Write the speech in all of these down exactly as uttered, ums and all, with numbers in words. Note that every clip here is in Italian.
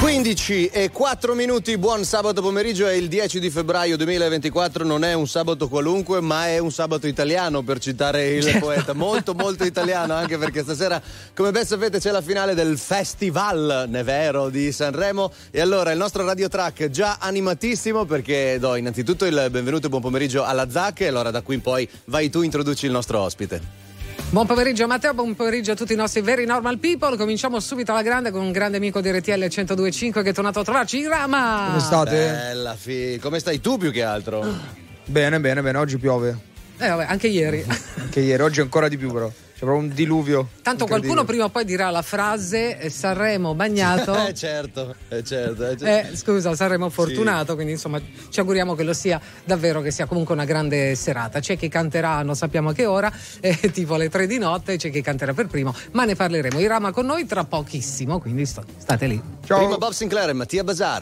quindici e quattro minuti, buon sabato pomeriggio, è il dieci di febbraio duemilaventiquattro, non è un sabato qualunque ma è un sabato italiano, per citare il certo. poeta, molto molto italiano, anche perché stasera, come ben sapete, c'è la finale del Festival Nevero di Sanremo e allora il nostro Radio Track già animatissimo, perché do innanzitutto il benvenuto e buon pomeriggio alla Zac e allora da qui in poi vai tu, introduci il nostro ospite. Buon pomeriggio Matteo, buon pomeriggio a tutti i nostri very normal people. Cominciamo subito alla grande con un grande amico di R T L centodue e cinque che è tornato a trovarci, Rama. Come state? Bella fi... Come stai tu più che altro? Bene, bene, bene, oggi piove. Eh vabbè, anche ieri. Anche ieri, oggi ancora di più però. C'è proprio un diluvio. Tanto qualcuno prima o poi dirà la frase eh, Sanremo bagnato. Eh certo, eh certo, eh, certo. Eh, scusa, Sanremo fortunato, sì. Quindi insomma ci auguriamo che lo sia davvero, che sia comunque una grande serata. C'è chi canterà, non sappiamo a che ora, eh, tipo alle tre di notte, c'è chi canterà per primo, ma ne parleremo. Irama con noi tra pochissimo, quindi sto, state lì. Ciao. Prima Bob Sinclair e Mattia Bazar.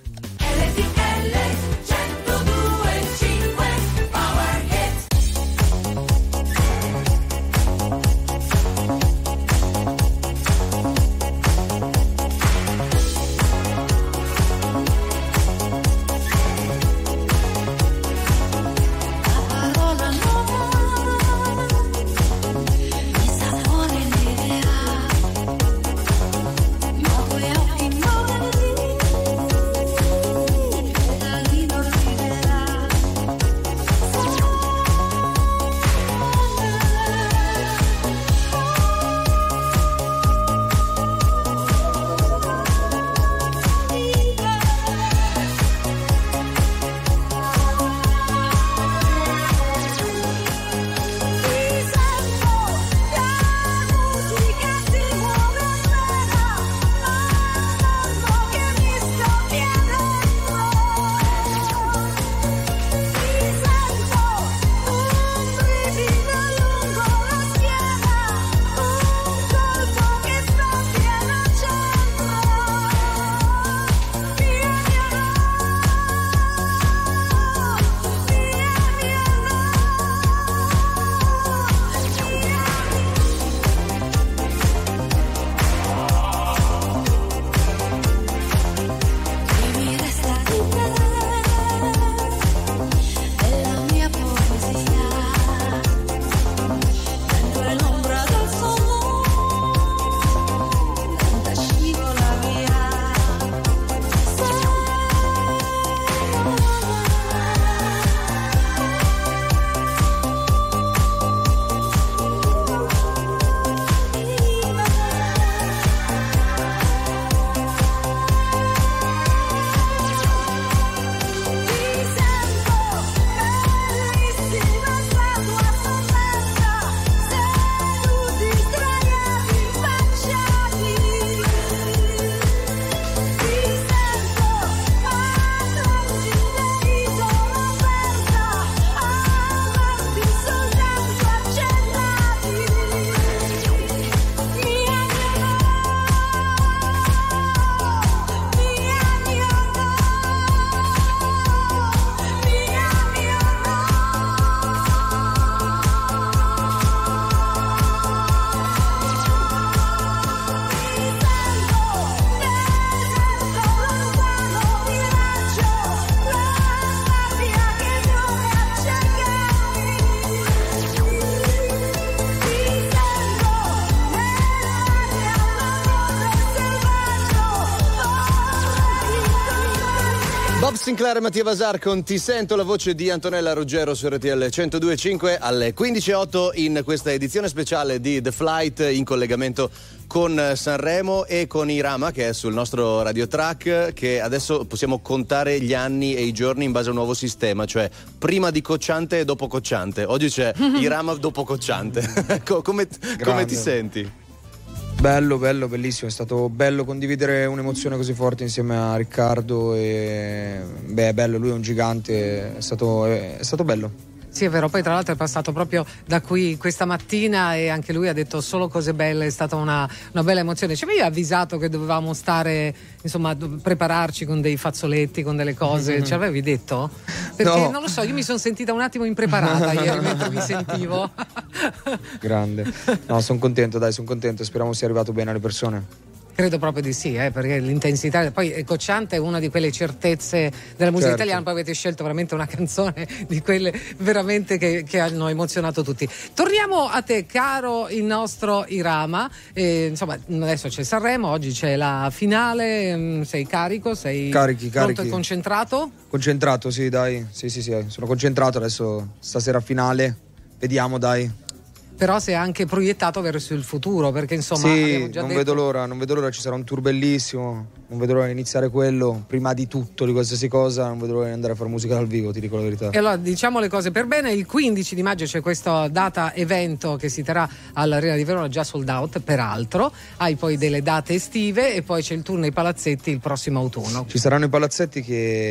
Sinclair e Mattia Bazar con Ti sento, la voce di Antonella Ruggero su R T L centodue e cinque alle quindici e otto in questa edizione speciale di The Flight in collegamento con Sanremo e con Irama che è sul nostro Radio Track, che adesso possiamo contare gli anni e i giorni in base a un nuovo sistema, cioè prima di Cocciante e dopo Cocciante. Oggi c'è Irama dopo Cocciante. come, come ti senti? Bello, bello, bellissimo, è stato bello condividere un'emozione così forte insieme a Riccardo e beh, è bello, lui è un gigante, è stato, è, è stato bello. Sì, è vero, poi tra l'altro è passato proprio da qui questa mattina e anche lui ha detto solo cose belle, è stata una, una bella emozione. Ci avevi avvisato che dovevamo stare, insomma, prepararci con dei fazzoletti, con delle cose, mm-hmm. Ci avevi detto? Perché no. Non lo so, io mi sono sentita un attimo impreparata ieri mentre mi sentivo. Grande, no, sono contento, dai, sono contento, speriamo sia arrivato bene alle persone. Credo proprio di sì, eh, perché l'intensità, poi Cocciante è una di quelle certezze della musica certo. italiana, poi avete scelto veramente una canzone di quelle veramente che, che hanno emozionato tutti. Torniamo a te, caro il nostro Irama, eh, insomma adesso c'è Sanremo, oggi c'è la finale, sei carico, sei carichi, pronto carichi. e concentrato? Concentrato, sì, dai, sì, sì, sì, sono concentrato adesso, stasera finale, vediamo, dai. Però sei anche proiettato verso il futuro, perché insomma sì, abbiamo già non detto... vedo l'ora, non vedo l'ora, ci sarà un tour bellissimo, non vedo l'ora di iniziare quello, prima di tutto, di qualsiasi cosa, non vedo l'ora di andare a fare musica dal vivo, ti dico la verità. E allora diciamo le cose per bene, il quindici di maggio c'è questa data evento che si terrà all'Arena di Verona, già sold out peraltro, hai poi delle date estive e poi c'è il tour nei palazzetti il prossimo autunno. Ci saranno i palazzetti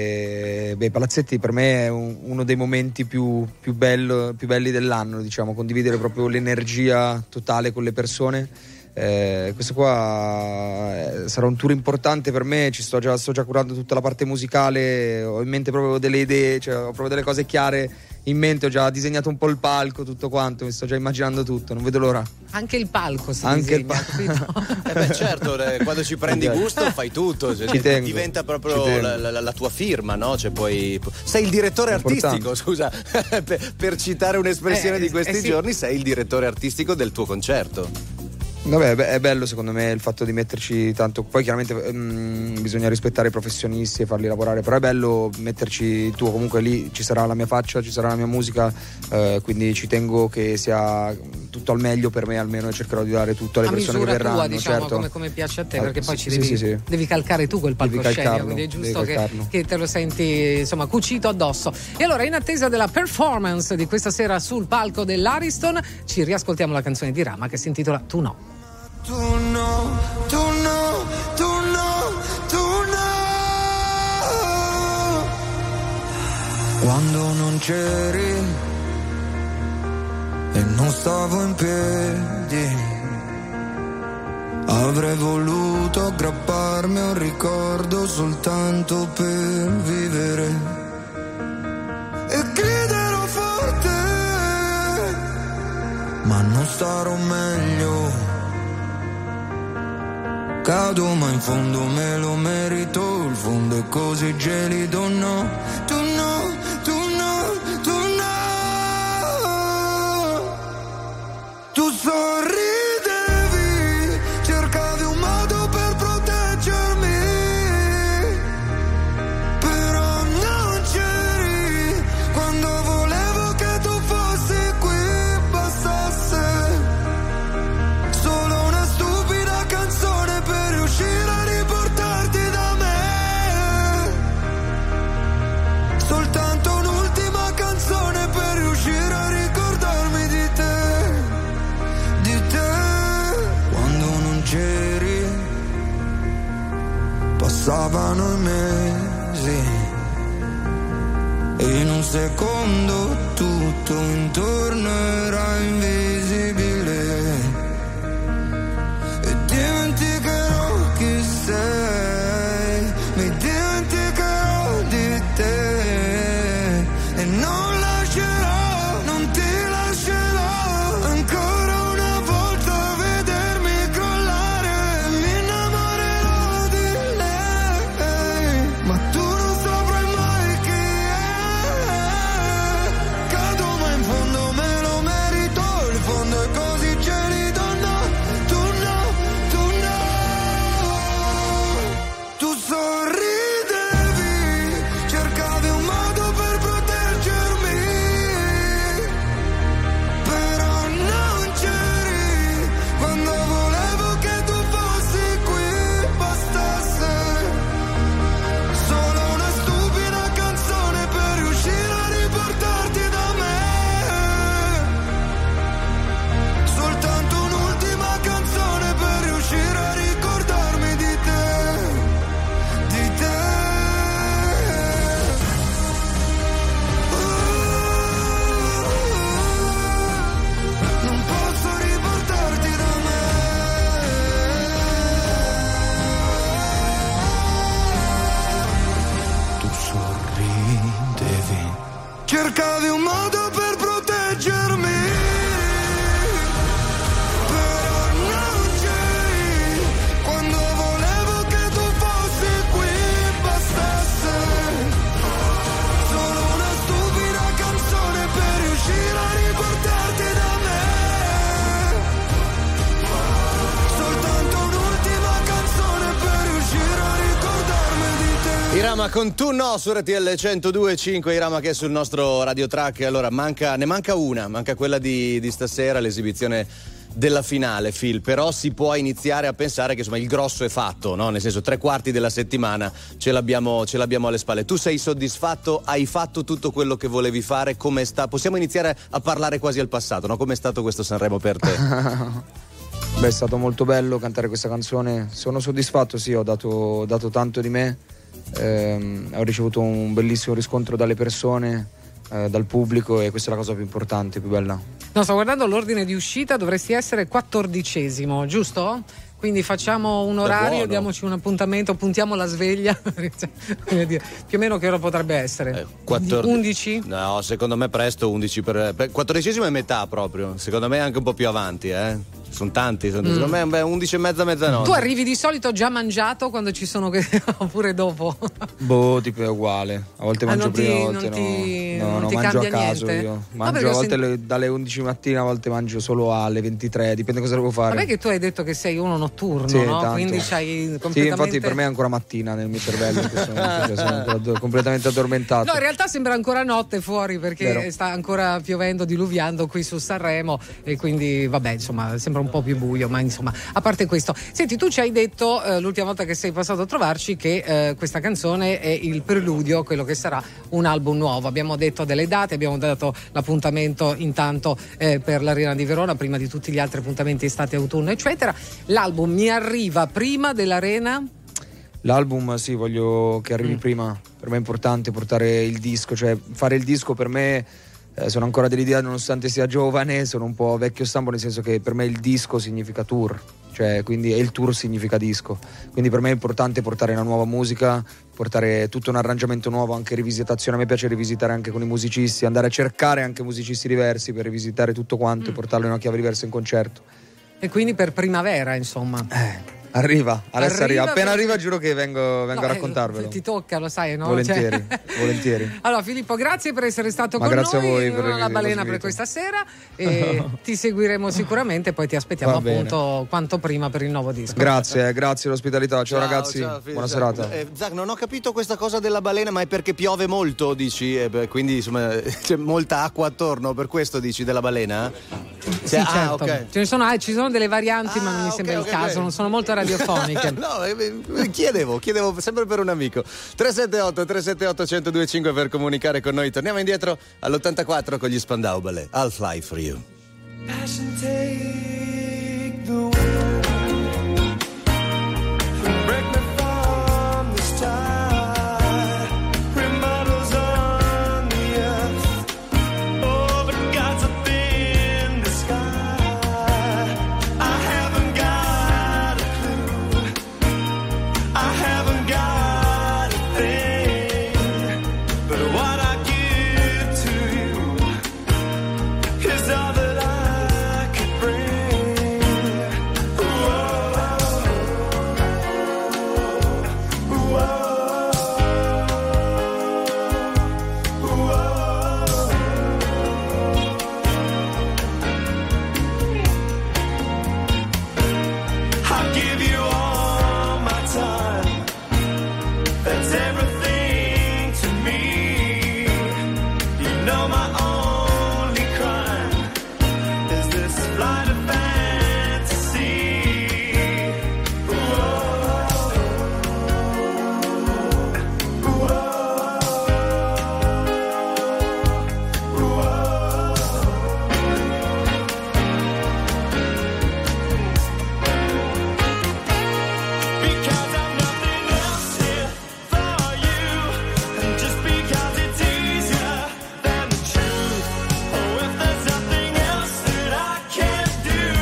che, beh, i palazzetti per me è un, uno dei momenti più, più, bello, più belli dell'anno, diciamo, condividere proprio l'energia totale con le persone. Eh, questo qua eh, sarà un tour importante per me, ci sto già, sto già curando tutta la parte musicale, ho in mente proprio delle idee, cioè ho proprio delle cose chiare in mente, ho già disegnato un po' il palco, tutto quanto, mi sto già immaginando tutto, non vedo l'ora. Anche il palco si Anche disegna, il palco. Eh beh, certo, eh, quando ci prendi gusto fai tutto, cioè, Ci tengo, diventa ci proprio tengo. la, la, la tua firma, no? Cioè, poi sei il direttore artistico, scusa, per, per citare un'espressione Eh, di questi eh, sì. giorni, sei il direttore artistico del tuo concerto. Vabbè, beh, è bello secondo me il fatto di metterci tanto, poi chiaramente mm, bisogna rispettare i professionisti e farli lavorare, però è bello metterci tu, comunque lì ci sarà la mia faccia, ci sarà la mia musica, eh, quindi ci tengo che sia tutto al meglio per me, almeno, e cercherò di dare tutto alle a persone che misura verranno, tua, diciamo, certo. come, come piace a te, Ah, perché poi sì, ci sì, devi, sì, sì. devi calcare tu quel Devi palcoscenico, calcarlo, quindi è giusto devi che, calcarlo. che te lo senti insomma cucito addosso. E allora, in attesa della performance di questa sera sul palco dell'Ariston, ci riascoltiamo la canzone di Rama che si intitola Tu no. Tu no, tu no, tu no, tu no. Quando non c'eri e non stavo in piedi, avrei voluto aggrapparmi a un ricordo soltanto per vivere e griderò forte, ma non starò meglio. Cado ma in fondo me lo merito, il fondo è così gelido, no, tu no, tu no, tu no. Tu sorridevi, cercavi un modo per proteggermi, però non c'eri, quando volevo che tu fossi qui, bastasse solo una stupida canzone per riuscire a riportarti da me, soltanto un'ultima canzone per riuscire a ricordarmi di te, di te. Quando non c'eri passavano i mesi e in un secondo tutto intorno era invisibile e dimenticherò chi sei, mi dimenticherò di te e non lascerò, non ti lascerò ancora una volta vedermi crollare, mi innamorerò di lei, ma tu non saprai mai chi è. Cado ma in fondo me lo merito, il Irama con Tu No su R T L centodue e cinque. Irama che è sul nostro radio track. Allora manca, ne manca una, manca quella di, di stasera, l'esibizione della finale, Phil, però si può iniziare a pensare che insomma il grosso è fatto, no? Nel senso, tre quarti della settimana ce l'abbiamo, ce l'abbiamo alle spalle. Tu sei soddisfatto? Hai fatto tutto quello che volevi fare? Come sta? Possiamo iniziare a parlare quasi al passato, no? Come è stato questo Sanremo per te? Beh, è stato molto bello cantare questa canzone. Sono soddisfatto, sì, ho dato, dato tanto di me, ehm, ho ricevuto un bellissimo riscontro dalle persone, eh, dal pubblico, e questa è la cosa più importante, più bella. No, sto guardando l'ordine di uscita, dovresti essere quattordicesimo, giusto? Quindi facciamo un orario, diamoci un appuntamento, puntiamo la sveglia. Più o meno che ora potrebbe essere? Eh, quattordici undici? No, secondo me presto, undici per, per quattordicesimo è metà proprio. Secondo me è anche un po' più avanti, eh. Sono tanti, sono, mm. secondo me beh, undici e mezza, mezzanotte. Tu arrivi di solito già mangiato quando ci sono oppure dopo? Boh, tipo è uguale. A volte mangio ah, prima, ti, a volte non ti, no. No, non no, ti mangio a cambia caso niente? io. Mangio no, a volte sent... le, dalle undici mattina, a volte mangio solo alle ventitré, dipende cosa devo fare. Vabbè che tu hai detto che sei uno notturno, sì, no? Tanto. Quindi c'hai completamente... Sì, infatti per me è ancora mattina nel mio cervello, cioè, sono completamente addormentato. No, in realtà sembra ancora notte fuori perché Vero. sta ancora piovendo, diluviando qui su Sanremo, e quindi vabbè, insomma, sembra un po' più buio, ma insomma, a parte questo, senti, tu ci hai detto eh, l'ultima volta che sei passato a trovarci che eh, questa canzone è il preludio a quello che sarà un album nuovo. Abbiamo detto delle date, abbiamo dato l'appuntamento intanto eh, per l'Arena di Verona, prima di tutti gli altri appuntamenti estate, autunno, eccetera. L'album mi arriva prima dell'Arena? L'album sì, voglio che arrivi mm. prima. Per me è importante portare il disco, cioè fare il disco per me. Eh, sono ancora dell'idea, nonostante sia giovane, sono un po' vecchio stampo, nel senso che per me il disco significa tour, cioè quindi, e il tour significa disco, quindi per me è importante portare una nuova musica, portare tutto un arrangiamento nuovo, anche rivisitazione. A me piace rivisitare anche con i musicisti, andare a cercare anche musicisti diversi per rivisitare tutto quanto mm. e portarlo in una chiave diversa in concerto. E quindi per primavera, insomma. Eh. Arriva, adesso arriva, arriva. Appena per... arriva giuro che vengo, vengo no, a raccontarvelo. Eh, ti tocca, lo sai, no? Volentieri, cioè... volentieri. Allora Filippo, grazie per essere stato Ma con grazie noi. A voi per la balena per questa sera e ti seguiremo sicuramente, poi ti aspettiamo appunto quanto prima per il nuovo disco. Grazie, grazie dell'ospitalità. Ciao, ciao ragazzi, ciao, Filippo, buona ciao. serata. Eh, Zach, non ho capito questa cosa della balena, ma è perché piove molto, dici? Eh, beh, quindi insomma c'è molta acqua attorno, per questo dici della balena? Sì, cioè, certo. Ah, okay. Ce ne sono, ah, ci sono delle varianti, ah, ma non mi sembra okay, il okay, caso, okay. non sono molto radiofoniche. No, eh, chiedevo, chiedevo sempre per un amico. tre sette otto tre sette otto uno zero due cinque per comunicare con noi. Torniamo indietro all'ottantaquattro con gli Spandau Ballet. I'll Fly For You. Passion take the wind, break me from the star, remodels on the earth, oh but God's up in the sky. I haven't got a clue, I haven't got a thing, but what I give to you is all that I could bring. Whoa, whoa, whoa. I'll give you all my time. That's everything to me. You know my only crime is this flight of fantasy. Whoa, whoa, whoa. Because I've nothing else here for you, and just because it's easier than the truth. Oh, if there's nothing else that I can do,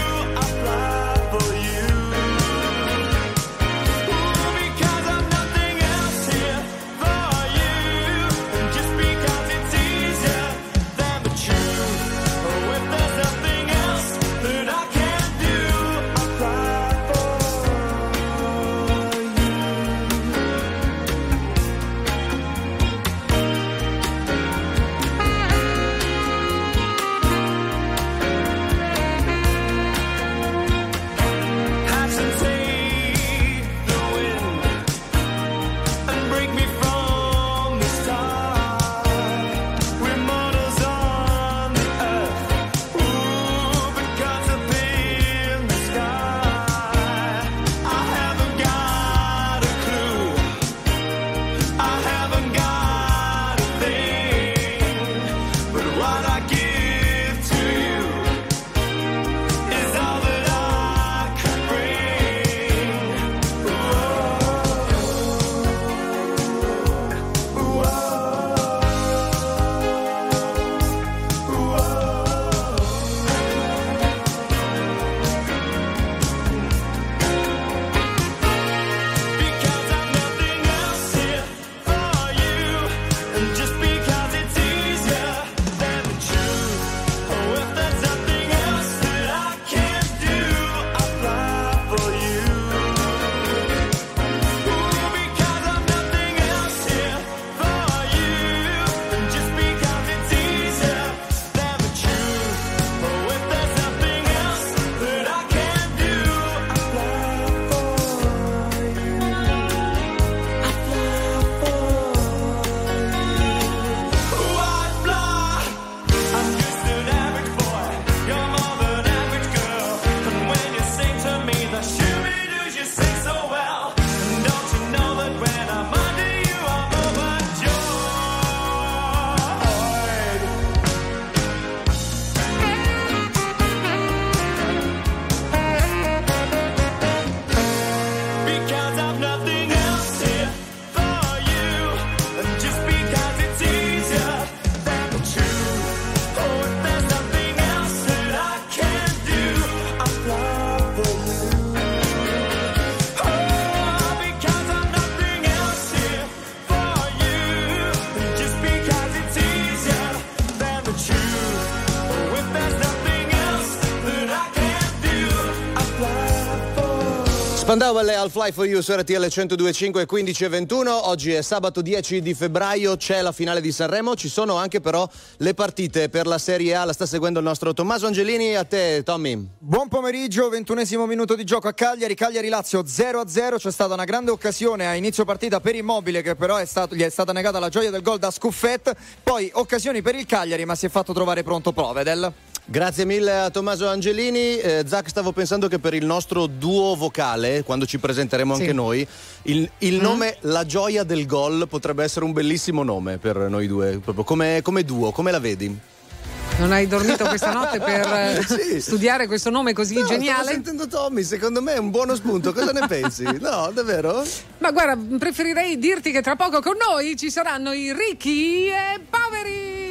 Spandau Ballet I'll Fly For You su R T L centodue e cinque, quindici e ventuno. Oggi è sabato dieci di febbraio, c'è la finale di Sanremo, ci sono anche però le partite per la Serie A, la sta seguendo il nostro Tommaso Angelini. A te Tommy. Buon pomeriggio, ventunesimo minuto di gioco a Cagliari, Cagliari-Lazio zero a zero, c'è stata una grande occasione a inizio partita per Immobile che però è stato, gli è stata negata la gioia del gol da Scuffet, poi occasioni per il Cagliari ma si è fatto trovare pronto Provedel. Grazie mille a Tommaso Angelini. eh, Zac, stavo pensando che per il nostro duo vocale, quando ci presenteremo sì. anche noi, il, il mm. nome La Gioia del Gol potrebbe essere un bellissimo nome per noi due, proprio come, come duo, come la vedi? Non hai dormito questa notte per eh, Sì. studiare questo nome così No, geniale? stavo sentendo Tommy, secondo me è un buono spunto, cosa ne pensi? No, davvero? Ma guarda, preferirei dirti che tra poco con noi ci saranno i ricchi e poveri.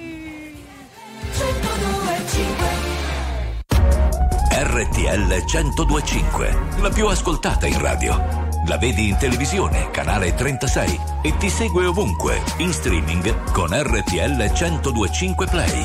R T L centodue e cinque, la più ascoltata in radio. La vedi in televisione, canale trentasei, e ti segue ovunque, in streaming con R T L centodue e cinque Play.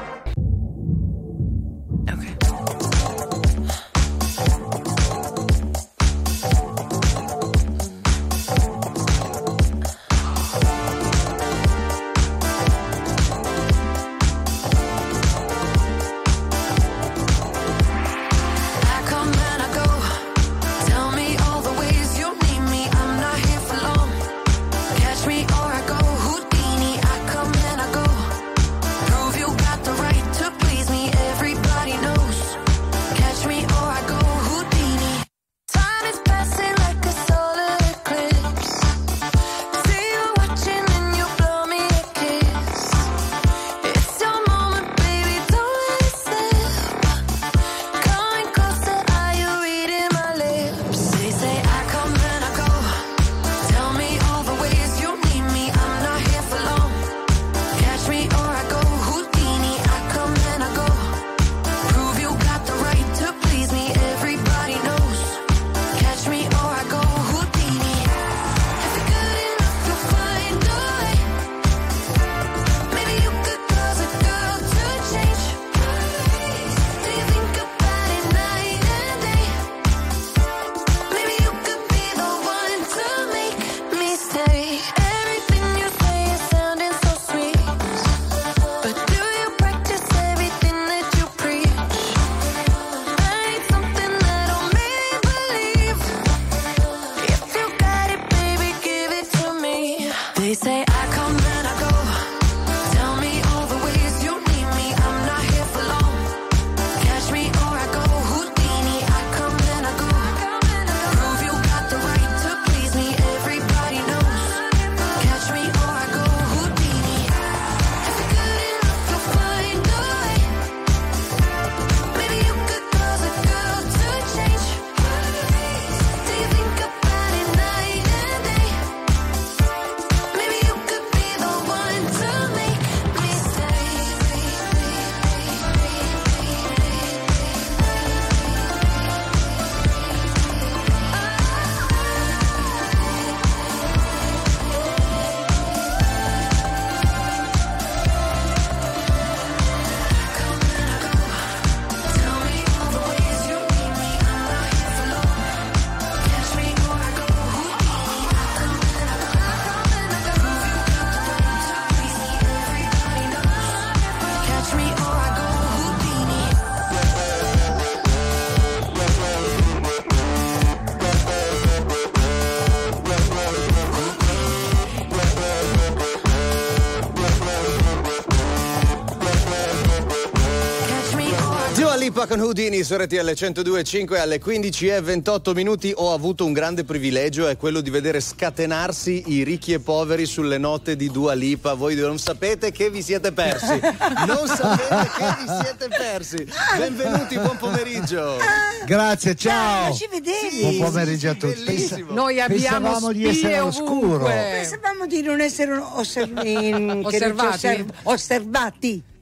Con Houdini su R T L centodue e cinque alle quindici e ventotto minuti. Ho avuto un grande privilegio, è quello di vedere scatenarsi i ricchi e poveri sulle note di Dua Lipa. Voi non sapete che vi siete persi, non sapete che vi siete persi. Benvenuti, buon pomeriggio. Grazie, ciao. Non ci vedevi. Sì, buon pomeriggio a tutti. Bellissimo. Noi abbiamo Pensavamo di essere spie all'oscuro. ovunque. Pensavamo di non essere osserv- che Osservati? osserv- osservati.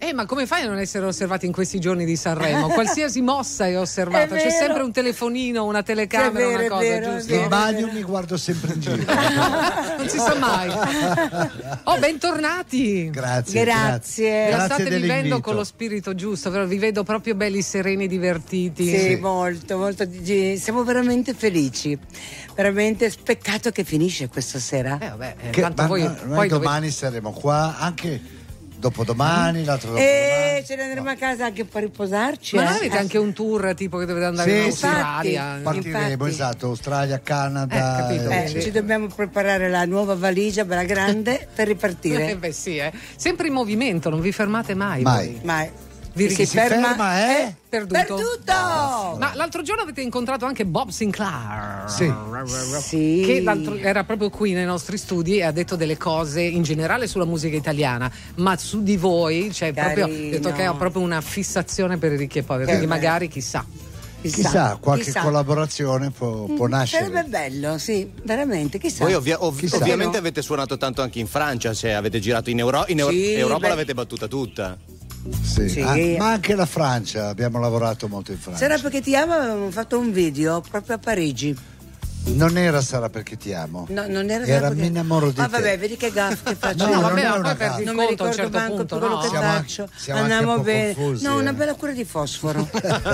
Eh, ma come fai a non essere osservati in questi giorni di Sanremo? Qualsiasi mossa è osservata, È c'è vero. sempre un telefonino, una telecamera, È vero, una è cosa, vero, è giusto? In bagno mi guardo sempre in giro. Non si sa mai. Oh, bentornati. Grazie. Grazie. La Grazie state vivendo dell'invito. con lo spirito giusto, vero? Vi vedo proprio belli, sereni, divertiti. Sì, Sì. molto, molto. di- Siamo veramente felici. Veramente peccato che finisce questa sera. Eh, vabbè, eh, Che- tanto ma voi, no, noi poi domani saremo qua, anche dopodomani, l'altro dopodomani. E ce ne andremo a casa anche per riposarci. Ma non eh? avete anche un tour tipo che dovete andare Sì, in sì. Australia? Partiremo, Infatti. esatto, Australia, Canada. Eh, capito, Eh, Sì. ci dobbiamo preparare la nuova valigia bella grande per Eh, ripartire. beh, sì, eh. Sempre in movimento, non vi fermate mai. Mai. voi. Ma Vi chi si si ferma, eh? Perduto. Perduto! Ma l'altro giorno avete incontrato anche Bob Sinclair. Sì. Sì. Che l'altro- era proprio qui nei nostri studi e ha detto delle cose in generale sulla musica italiana, ma su di voi, cioè proprio, ha detto che ha proprio una fissazione per i ricchi e poveri, quindi Eh, beh. magari chissà. Chissà, qualche chissà. collaborazione può, può nascere. Sarebbe bello, sì, veramente, chissà. Voi ovvia- ov- Chissà. ovviamente avete suonato tanto anche in Francia, cioè avete girato in, Euro- in Euro- Sì, Europa, beh. l'avete battuta tutta. Sì. Sì. Ah, ma anche la Francia, abbiamo lavorato molto in Francia. Sarà perché ti amo, avevamo fatto un video proprio a Parigi. Non era Sarà perché ti amo. No, non era Era perché... Mi innamoro di Ah, te. vabbè, vedi che gaff che faccio. No, No, non vabbè, è ma una poi perdi il non mi conto a un ricordo certo manco punto, quello no? che Siamo anche- faccio. siamo anche Andiamo un po' bene. confusi, no, una eh. bella cura di fosforo.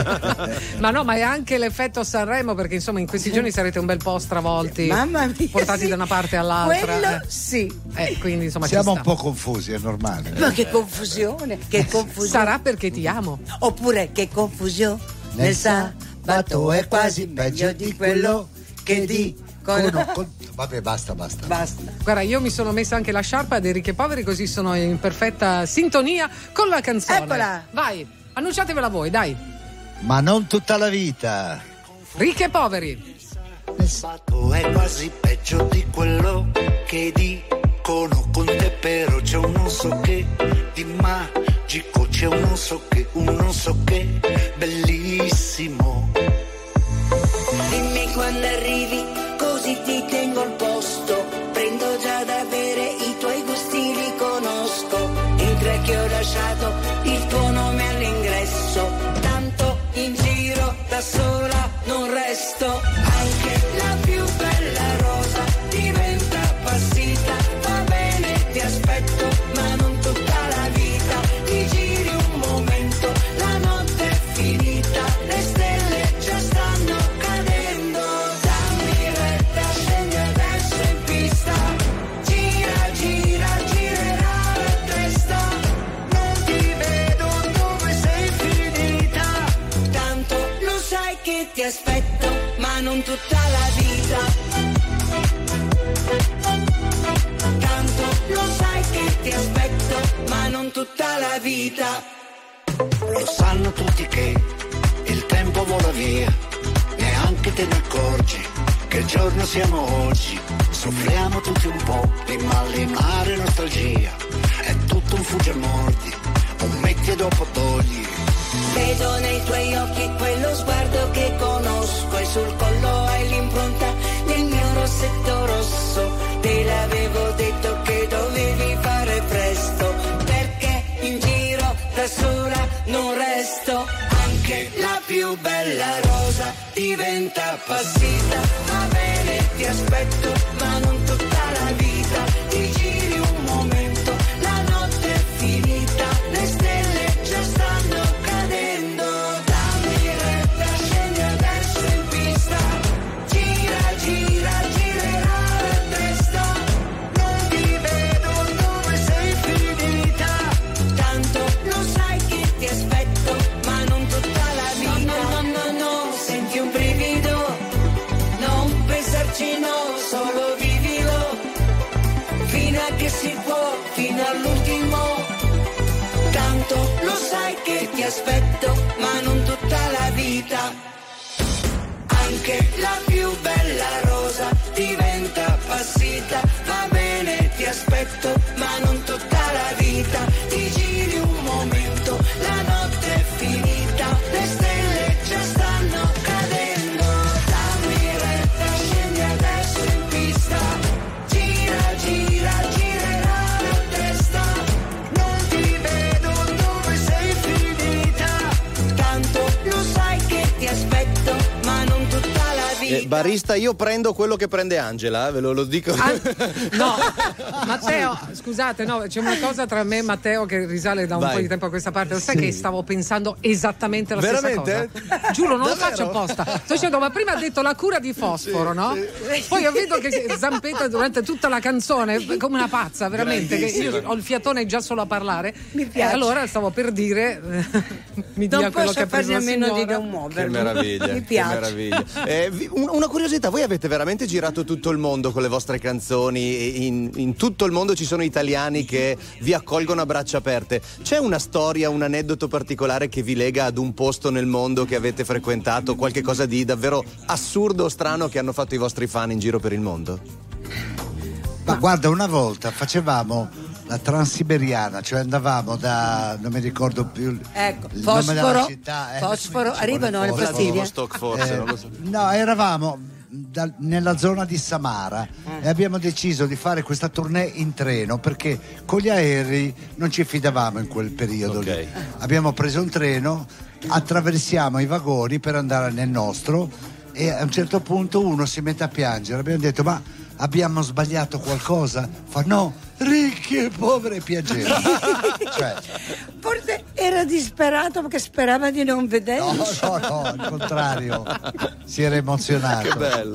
Ma no, ma è anche l'effetto Sanremo, perché insomma in questi giorni sarete un bel po' stravolti, Mamma mia, portati sì. da una parte all'altra. Quello eh. sì. Eh, quindi insomma ci Siamo sta. un po' confusi, è normale. Ma che confusione, che confusione. Sarà perché ti amo. Oppure che confusione. Nel Nel sabato è quasi meglio di quello che dicono. Con- Vabbè, basta, basta. Basta. Guarda, io mi sono messa anche la sciarpa dei ricchi e poveri, così sono in perfetta sintonia con la canzone. Eccola. Vai, annunciatevela voi, dai. Ma non tutta la vita. Ricchi e poveri. Il sabato è quasi peggio di quello che dicono con te, però c'è un non so che di magico, c'è un non so che, un non so che bellissimo. Dimmi quando arrivi, così ti tengo al posto. Prendo già da bere, i tuoi gusti li conosco. Entra che ho lasciato il tuo nome all'ingresso. Tanto in giro da sola non resto. Anche la più bella rosa diventa appassita. Va bene, ti aspetto, ma non tutta la vita. Ti giri un momento, la notte è finita. Le stelle già stanno cadendo. Dammi retta, scendi adesso in pista. Gira, gira, girerà la testa. Non ti vedo dove sei finita. Tanto lo sai che ti aspetto, ma non tutta la vita. Tanto lo sai che ti aspetto, ma non tutta la vita. Lo sanno tutti che il tempo vola via, neanche te ne accorgi che giorno siamo oggi. Soffriamo tutti un po' di malinare nostalgia, è tutto un fugge mordi, un metti e dopo togli. Vedo nei tuoi occhi quello sguardo che conosco e sul collo hai l'impronta del mio rossetto rosso. Te l'avevo detto che dovevi fare presto, perché in giro da sola non resto. Anche la più bella rosa diventa appassita. Va bene, ti aspetto, ma non tutta la vita. Ti giri un momento, la notte è finita. Le stelle già stanno cadendo. Dammi retta, scendi adesso in pista. Gira, gira, girerà la testa. Non ti vedo dove sei finita. Tanto lo sai che ti aspetto, ma non tutta la vita. No, no, no, no, senti un brivido. Non pensarci, no, solo vivilo. Fino a che si può, fino all'ultimo. Tanto lo sai che ti aspetto, ma non tutta la vita. Anche la più bella rosa diventa appassita. Va bene, ti aspetto, ma non tutta la vita. Ti giri un momento, la notte è finita. Le stelle già stanno cadendo. Dammi retta, scendi adesso in pista. Gira, gira, girerà la testa. Non ti vedo dove Eh, barista, io prendo quello che prende Angela, ve lo, lo dico. Ah, no, Matteo, scusate, no, c'è una cosa tra me e Matteo che risale da un Vai. po' di tempo a questa parte. Lo sai Sì. che stavo pensando esattamente la Veramente? stessa cosa? Giuro, non Davvero? lo faccio apposta. Sto dicendo, ma prima ha detto la cura di fosforo, no? Poi io vedo che zampetta durante tutta la canzone come una pazza, veramente. Che io ho il fiatone già solo a parlare. Mi piace. E allora stavo per dire, mi dia Non quello posso che ha preso farne a la meno di signora. non muovermi. Che meraviglia, Mi che piace. meraviglia. Eh, vi- un- una curiosità, voi avete veramente girato tutto il mondo con le vostre canzoni, e in, in tutto il mondo ci sono italiani che vi accolgono a braccia aperte. C'è una storia, un aneddoto particolare che vi lega ad un posto nel mondo che avete frequentato, qualche cosa di davvero assurdo o strano che hanno fatto i vostri fan in giro per il mondo? Ma guarda, una volta facevamo la Transiberiana, cioè andavamo da, non mi ricordo più Ecco, il nome della Fosforo, città. eh, Fosforo, ci vuole arrivano le Fosforo. pastiglie? Vostok forse, Eh, non lo so. no, eravamo da- nella zona di Samara e abbiamo deciso di fare questa tournée in treno perché con gli aerei non ci fidavamo in quel periodo Ok. lì. Abbiamo preso un treno, attraversiamo i vagoni per andare nel nostro e a un certo punto uno si mette a piangere. Abbiamo detto: ma abbiamo sbagliato qualcosa? Fa no, ricchi e poveri, e piangeva. Cioè, Forse era disperato perché sperava di non vedere. no, no, no, al contrario, si era emozionato. Che bello.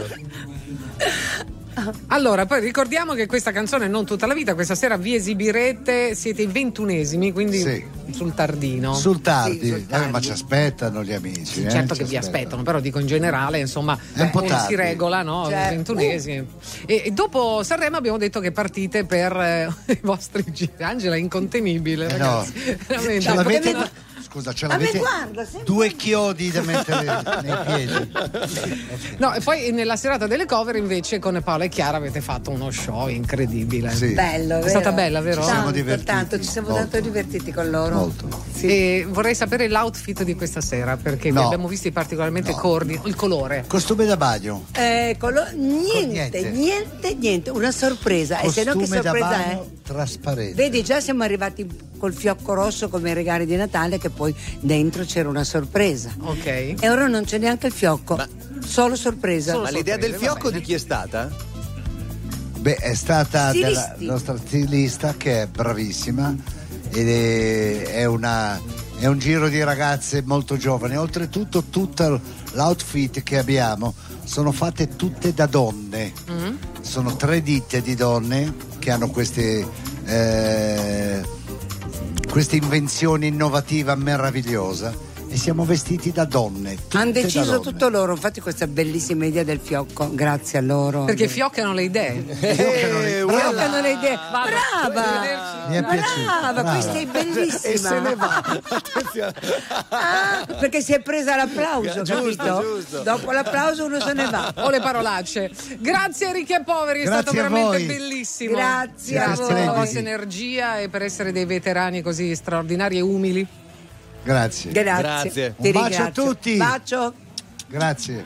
Allora, poi ricordiamo che questa canzone non tutta la vita, questa sera vi esibirete, siete i ventunesimi, quindi Sì. sul tardino. Sul tardi, Sì, sul Vabbè, ma tardi. ci aspettano gli amici. eh, Certo ci che vi aspettano, però dico in generale, insomma, È un po' uno tardi. si regola, no? Certo. ventunesimi. E, e dopo Sanremo abbiamo detto che partite per eh, i vostri giri. Angela è incontenibile, Eh, ragazzi. no. Veramente. Ce l'avete? Perché Scusa, ce Ma mi l'avete? guarda, sempre- Due chiodi da mettere nei piedi. No, e poi nella serata delle cover invece con Paola e Chiara avete fatto uno show incredibile. Sì. Bello, È vero? stata bella, vero? Ci siamo Tanto, divertiti. tanto, ci siamo Molto. tanto divertiti con loro. Molto. Sì. E vorrei sapere l'outfit di questa sera perché vi No. abbiamo visti particolarmente No. cordi, il colore. Costume da bagno. Ecco, lo- niente, niente. niente, niente, una sorpresa. E se no che Costume da sorpresa è? bagno trasparente. Vedi, già siamo arrivati col fiocco rosso come regali di Natale, che poi dentro c'era una sorpresa. Ok. E ora non c'è neanche il fiocco, Ma- solo sorpresa. Solo Ma l'idea del sorprese, va fiocco bene. di chi è stata? Beh, è stata della Stilisti. nostra stilista che è bravissima ed è, è una, è un giro di ragazze molto giovani. Oltretutto tutto l'outfit che abbiamo sono fatte tutte da donne. Mm. Sono tre ditte di donne che hanno queste eh, queste invenzioni innovativa meravigliosa e siamo vestiti da donne. tutte Hanno da deciso donne. tutto loro, infatti questa bellissima idea del fiocco, grazie a loro. Perché fioccano le idee. Eh, Brava. Fioccano le idee. Vado. Brava! Mi è piaciuto, Brava, brava. questa è bellissima. E se ne va. Attenzione. Ah, perché si è presa l'applauso, Giusto, capito? giusto. Dopo l'applauso uno se ne va. O le parolacce. Grazie Ricchi e Poveri, è Grazie stato a veramente voi. bellissimo. Grazie Grazie a per la voi. vostra energia e per essere dei veterani così straordinari e umili. Grazie. Grazie. Grazie. Ti Un bacio ringrazio. a tutti. Bacio. Grazie.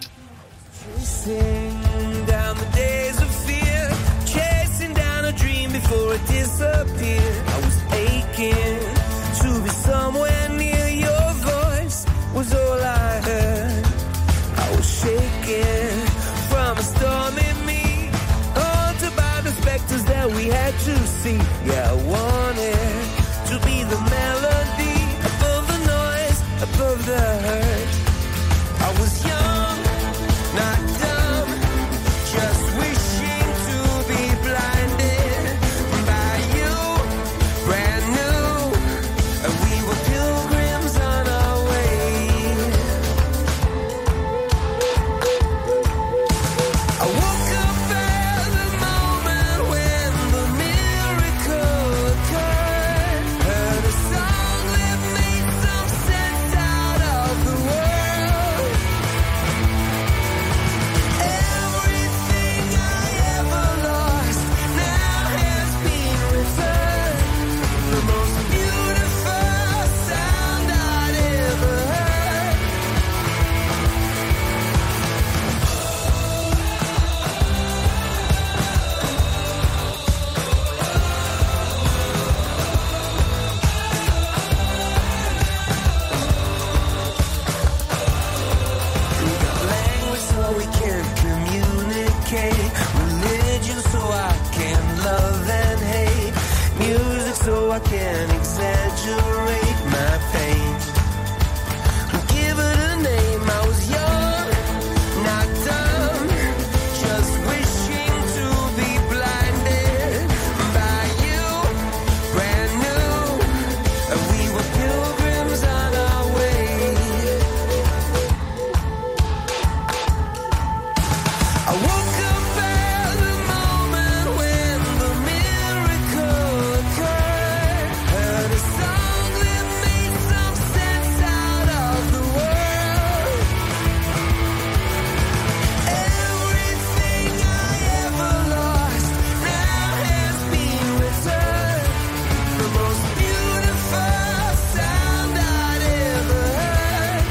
Chasing down the days of fear, chasing down a dream before it disappeared. I was aching to be somewhere near. Your voice was all I heard. I was shaking from a storm in me, haunted by the specters that we had to see. Yeah, I wanted to be the melody above the noise, above the hurt. I was young, not dumb, just wishing to be blinded by you, brand new, and we were pilgrims on our way. I woke up at the moment when the miracle communicate. Religion so I can love and hate. Music so I can exaggerate my pain. Give it a name. I was young, not dumb, just wishing to be blinded by you, brand new. We were pilgrims on our way. I woke up at the moment when the miracle occurred. Heard a song that made some sense out of the world. Everything I ever lost now has been returned. The most beautiful sound I'd ever heard.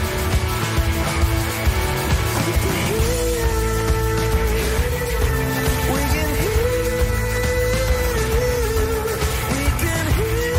We can hear, we can hear, we can hear.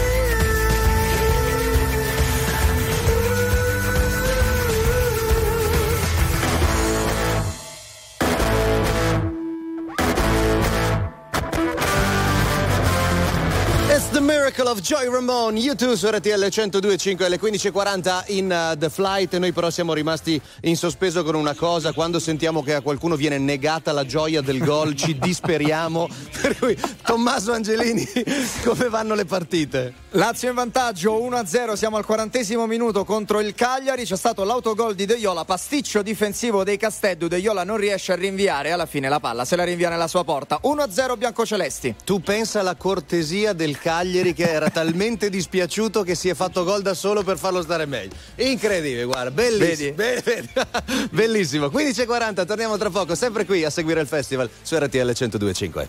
It's the miracle of Joy Ramone, U due su R T L centodue e cinque alle quindici e quaranta in uh, The Flight. Noi però siamo rimasti in sospeso con una cosa: quando sentiamo che a qualcuno viene negata la gioia del gol ci disperiamo. Per cui Tommaso Angelini, come vanno le partite? Lazio in vantaggio uno a zero, siamo al quarantesimo minuto contro il Cagliari. C'è stato l'autogol di De Iola, pasticcio difensivo dei Casteddu. De Iola non riesce a rinviare, alla fine la palla se la rinvia nella sua porta. uno a zero biancocelesti. Tu pensa alla cortesia del Cagliari, che era talmente dispiaciuto che si è fatto gol da solo per farlo stare meglio. Incredibile, guarda, bellissimo. Be- be- bellissimo. quindici e quaranta, torniamo tra poco, sempre qui a seguire il festival su R T L centodue e cinque.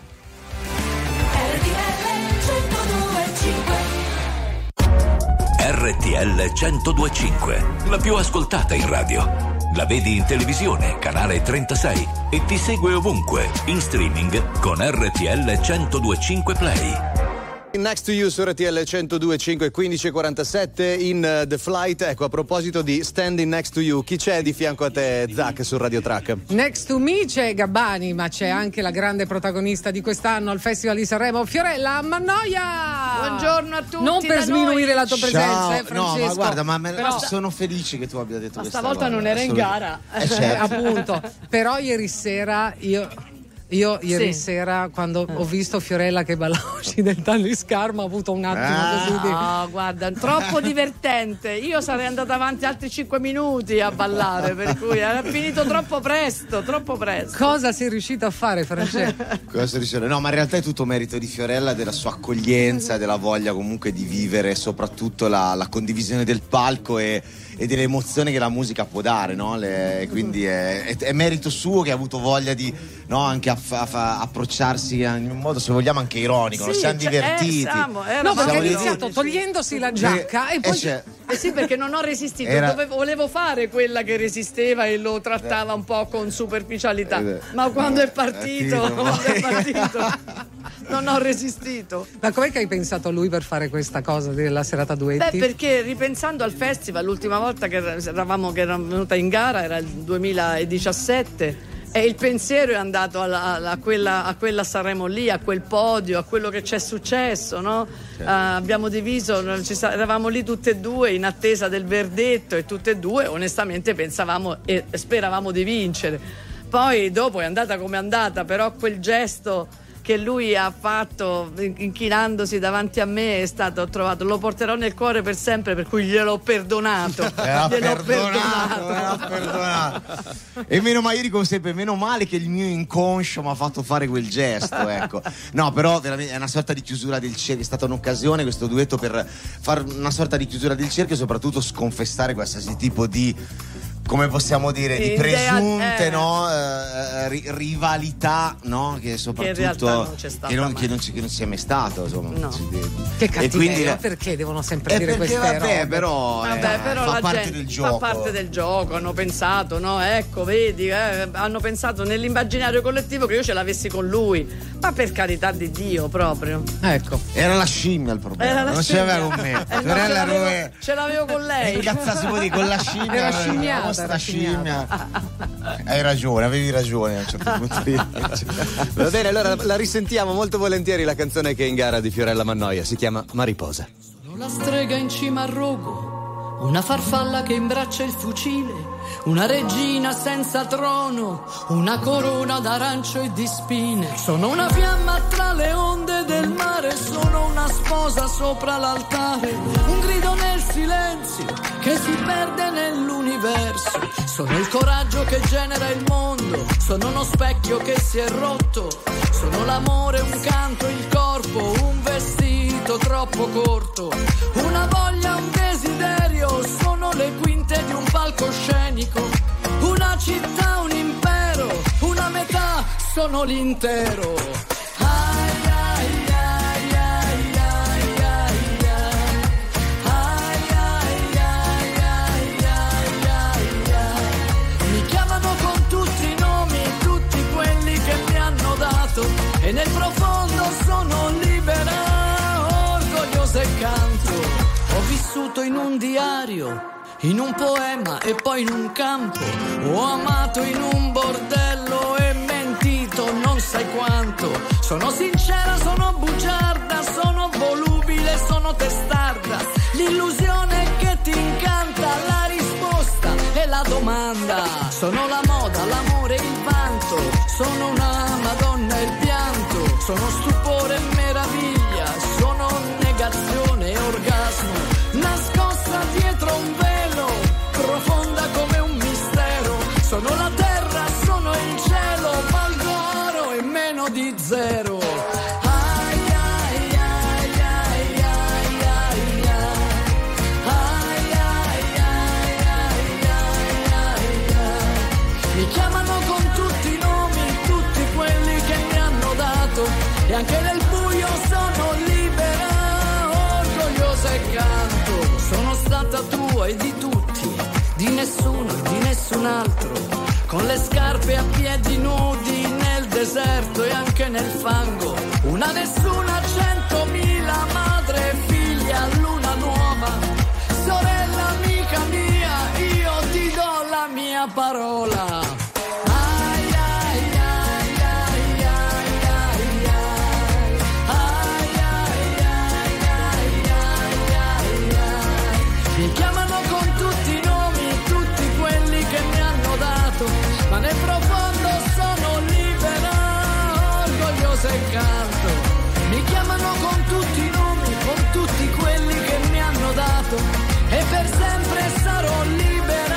R T L centodue e cinque, la più ascoltata in radio. La vedi in televisione, canale trentasei, e ti segue ovunque, in streaming con R T L centodue e cinque Play. Next to You su R T L centodue e cinque, quindici e quarantasette in uh, The Flight. Ecco, a proposito di Standing Next to You, chi c'è di fianco a te, Zach, su Radio Track? Next to me c'è Gabbani, ma c'è anche la grande protagonista di quest'anno al Festival di Sanremo, Fiorella Mannoia. Buongiorno a tutti. Non per da sminuire noi. la tua presenza, eh, Francesco. No, ma guarda, ma me, Però, sono felice che tu abbia detto ma questa stavolta cosa. non era in gara. Eh, certo. appunto. Però ieri sera io Io ieri Sì. sera, quando ho visto Fiorella che ballava occidentale di Scarma, ho avuto un attimo Ah. così di... No, guarda, troppo divertente. Io sarei andata avanti altri cinque minuti a ballare, per cui era finito troppo presto, troppo presto. Cosa sei riuscito a fare, Francesco? Cosa dice? No, ma in realtà è tutto merito di Fiorella, della sua accoglienza, della voglia comunque di vivere soprattutto la, la condivisione del palco e, e delle emozioni che la musica può dare, no? Le, quindi è, è, è merito suo che ha avuto voglia di, no, anche a, a, a approcciarsi in un modo, se vogliamo, anche ironico. Sì, Ci siamo cioè, divertiti. eh, siamo, No, eravamo perché ha Siamo iniziato ironici. togliendosi la giacca e, E poi... c'è- Eh sì, perché non ho resistito, Era- Dovevo- volevo fare quella che resisteva e lo trattava un po' con superficialità, Eh, ma quando è partito, partito, quando è partito non ho resistito. Ma com'è che hai pensato a lui per fare questa cosa della serata Beh, duetti? perché ripensando al festival, l'ultima volta che eravamo che era venuta in gara era il duemiladiciassette e il pensiero è andato alla- alla- a, quella, a quella Sanremo lì, a quel podio, a quello che c'è successo, no? Eh, abbiamo diviso, ci sa- eravamo lì tutte e due in attesa del verdetto e tutte e due onestamente pensavamo e speravamo di vincere. Poi dopo è andata come è andata, però quel gesto che lui ha fatto inchinandosi davanti a me è stato, ho trovato, lo porterò nel cuore per sempre, per cui gliel'ho perdonato. Era Gliel'ho perdonato, era perdonato. E meno male, io dico sempre, meno male che il mio inconscio mi ha fatto fare quel gesto, ecco. No, però veramente è una sorta di chiusura del cerchio, è stata un'occasione questo duetto per fare una sorta di chiusura del cerchio e soprattutto sconfessare qualsiasi tipo di, come possiamo dire, di Idea- presunte eh. no, eh, ri- rivalità, no? Che soprattutto Che in realtà non c'è stata che non, mai. che non ci, che non ci è mai stato, insomma. No. Ci- Che e cattiveria, quindi- perché devono sempre Eh, dire perché queste vabbè, robe? però, eh, Vabbè, però fa la parte gente del gioco. fa parte del gioco, hanno pensato, no? Ecco, vedi, eh, hanno pensato nell'immaginario collettivo che io ce l'avessi con lui, ma per carità di Dio proprio. Ecco. Era la scimmia il problema, Era la non ce scimmia. l'aveva con me. Eh, no, Fiorella ce, l'avevo, Rue- ce l'avevo con lei. Incazzarsi poi con la scimmia. Era eh, scimmiata. eravamo Questa era scimmia. Hai ragione, avevi ragione a un certo punto di Va bene, allora la risentiamo molto volentieri la canzone che è in gara di Fiorella Mannoia, si chiama Mariposa. Sono la strega in cima al rogo, una farfalla che imbraccia il fucile, una regina senza trono, una corona d'arancio e di spine. Sono una fiamma tra le onde del mare, sono una sposa sopra l'altare, un grido nel silenzio che si perde nell'universo. Sono il coraggio che genera il mondo, sono uno specchio che si è rotto, sono l'amore, un canto, il corpo, un vestito troppo corto, una voglia, un desiderio, sono le quinte di un palcoscenico, una città, un impero, una metà, sono l'intero. Ai, ai, ai, ai, ai, ai, ai, ai, ai, ai, ai, ai. Mi chiamano con tutti i nomi, tutti quelli che mi hanno dato, e nel profondo sono libera, orgogliosa e canto. Ho vissuto in un diario, in un poema e poi in un campo, ho amato in un bordello e mentito non sai quanto. Sono sincera, sono bugiarda, sono volubile, sono testarda, l'illusione che ti incanta, la risposta e la domanda. Sono la moda, l'amore, il vanto, sono una madonna e il pianto, sono stupore e meraviglia, sono negazione e orgasmo, nascosta dietro un velo, profonda come un mistero. Sono la terra, sono il cielo, valgo oro e meno di zero. Ai, ai, ai, ai, ai, ai, ai, ai, ai, ai, ai. Mi chiamano con tutti i nomi, tutti quelli che mi hanno dato, e anche nel buio sono libera, orgogliosa e canto. Sono stata tua e di tutti, di nessuno, di nessun altro, con le scarpe a piedi nudi nel deserto e anche nel fango. Una nessuna, centomila, madre e figlia, luna nuova, sorella amica mia, io ti do la mia parola. Mi chiamano con tutti i nomi, tutti quelli che mi hanno dato, ma nel profondo sono libera, orgogliosa e canto. Mi chiamano con tutti i nomi, con tutti quelli che mi hanno dato, e per sempre sarò libera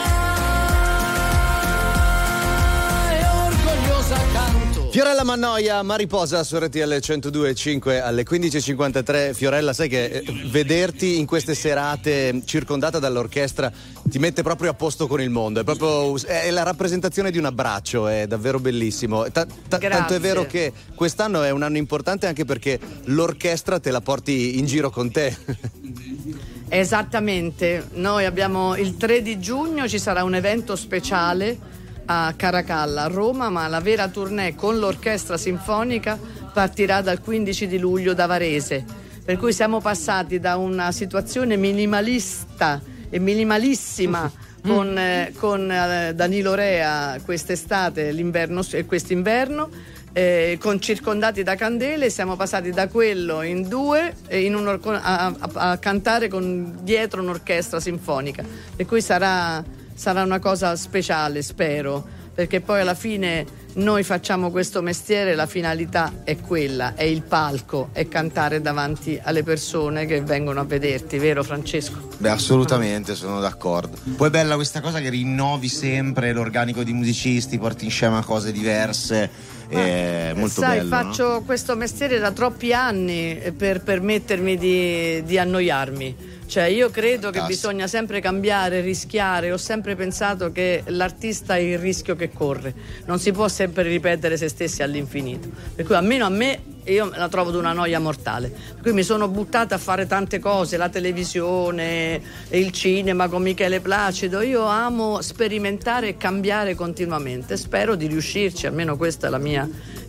e orgogliosa canto. Fiorella Mannoia, Mariposa su R T L centodue e cinque alle quindici e cinquantatré. Fiorella, sai che eh, vederti in queste serate circondata dall'orchestra ti mette proprio a posto con il mondo, è proprio è la rappresentazione di un abbraccio, è davvero bellissimo. Ta- ta- tanto è vero che quest'anno è un anno importante anche perché l'orchestra te la porti in giro con te. Esattamente, noi abbiamo il tre di giugno, ci sarà un evento speciale a Caracalla, a Roma, ma la vera tournée con l'orchestra sinfonica partirà dal quindici di luglio da Varese, per cui siamo passati da una situazione minimalista e minimalissima con, eh, con eh, Danilo Rea quest'estate, l'inverno e quest'inverno, eh, con circondati da candele, siamo passati da quello in due eh, in un, a, a, a cantare con dietro un'orchestra sinfonica, per cui sarà sarà una cosa speciale, spero, perché poi alla fine noi facciamo questo mestiere, la finalità è quella, è il palco, è cantare davanti alle persone che vengono a vederti, vero Francesco? Beh, assolutamente, sono d'accordo. Poi è bella questa cosa che rinnovi sempre l'organico di musicisti, porti in scena cose diverse, è molto sai, bello. Faccio no? questo mestiere da troppi anni per permettermi di, di annoiarmi. Cioè io credo che bisogna sempre cambiare, rischiare. Ho sempre pensato che l'artista è il rischio che corre, non si può sempre ripetere se stessi all'infinito, per cui almeno a me, io la trovo di una noia mortale, per cui mi sono buttata a fare tante cose, la televisione, il cinema con Michele Placido. Io amo sperimentare e cambiare continuamente, spero di riuscirci, almeno questa è la mia,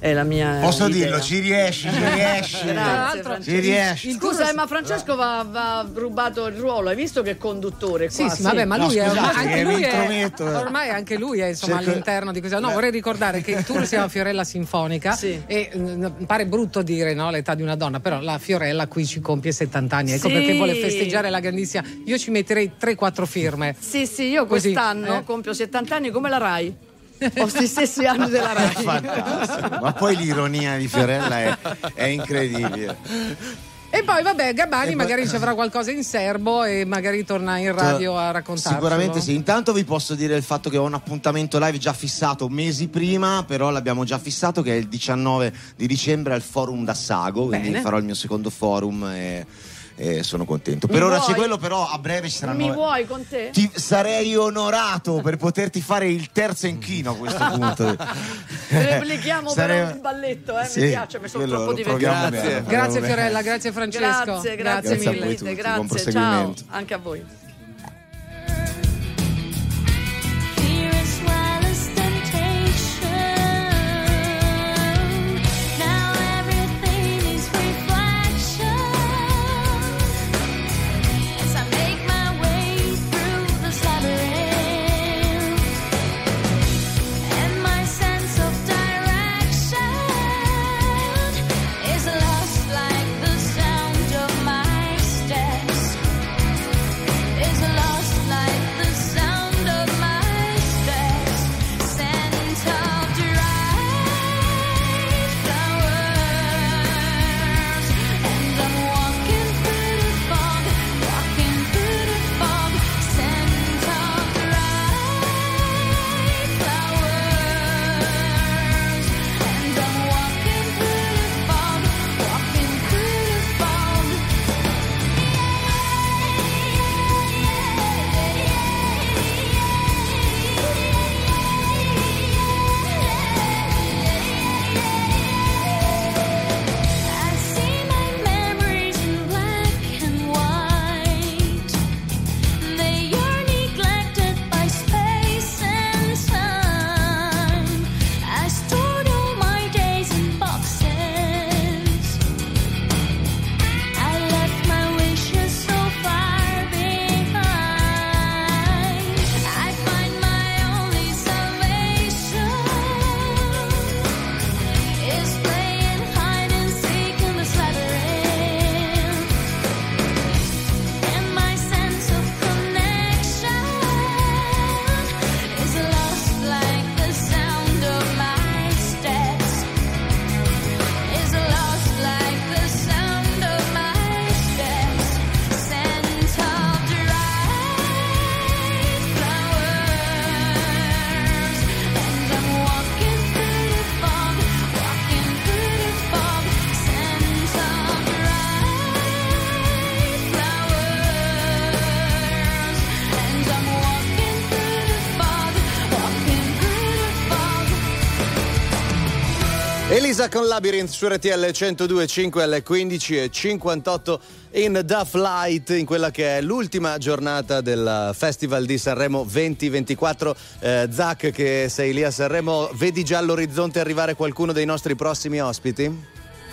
è la mia Posso idea. dirlo, ci riesci, ci riesci. Grazie, Francesco. Ci riesci. Scusa, eh, ma Francesco va, va rubato il ruolo, hai visto che è conduttore qua? Sì, sì, vabbè, ma No, lui è scusate, ormai, anche che lui mi è, intrometto, eh. ormai anche lui è insomma Cerco- all'interno di questa. No, vorrei ricordare che il tour si chiama Fiorella Sinfonica Sì. e mh, pare brutto dire no, l'età di una donna, però la Fiorella qui ci compie settanta anni, ecco Sì. perché vuole festeggiare la grandissima. Io ci metterei tre quattro firme. Sì, sì, io Così, quest'anno eh. compio settanta anni come la Rai. Ho gli stessi anni della Rai. Fantastico. Ma poi l'ironia di Fiorella è, è incredibile. E poi vabbè, Gabbani E poi- magari ci avrà qualcosa in serbo e magari torna in radio a raccontarcelo. Sicuramente sì. Intanto vi posso dire il fatto che ho un appuntamento live già fissato mesi prima, però l'abbiamo già fissato, che è il diciannove di dicembre al Forum d'Assago, quindi Bene. farò il mio secondo forum e, e sono contento. Mi Per ora vuoi? c'è quello, però a breve ci saranno. Mi vuoi con te? Ti sarei onorato per poterti fare il terzo inchino a questo punto. Replichiamo Sarei- però il balletto, eh? Sì, mi piace, mi sono quello troppo lo proviamo divertita. bene, Grazie proviamo bene. Fiorella, grazie Francesco. Grazie, grazie, Grazie a voi mille, tutti, buon grazie, ciao, proseguimento. anche a voi. Elisa con Labyrinth su R T L centodue e cinque alle quindici e cinquantotto in Da Flight, in quella che è l'ultima giornata del Festival di Sanremo venti ventiquattro. eh, Zac, che sei lì a Sanremo, vedi già all'orizzonte arrivare qualcuno dei nostri prossimi ospiti?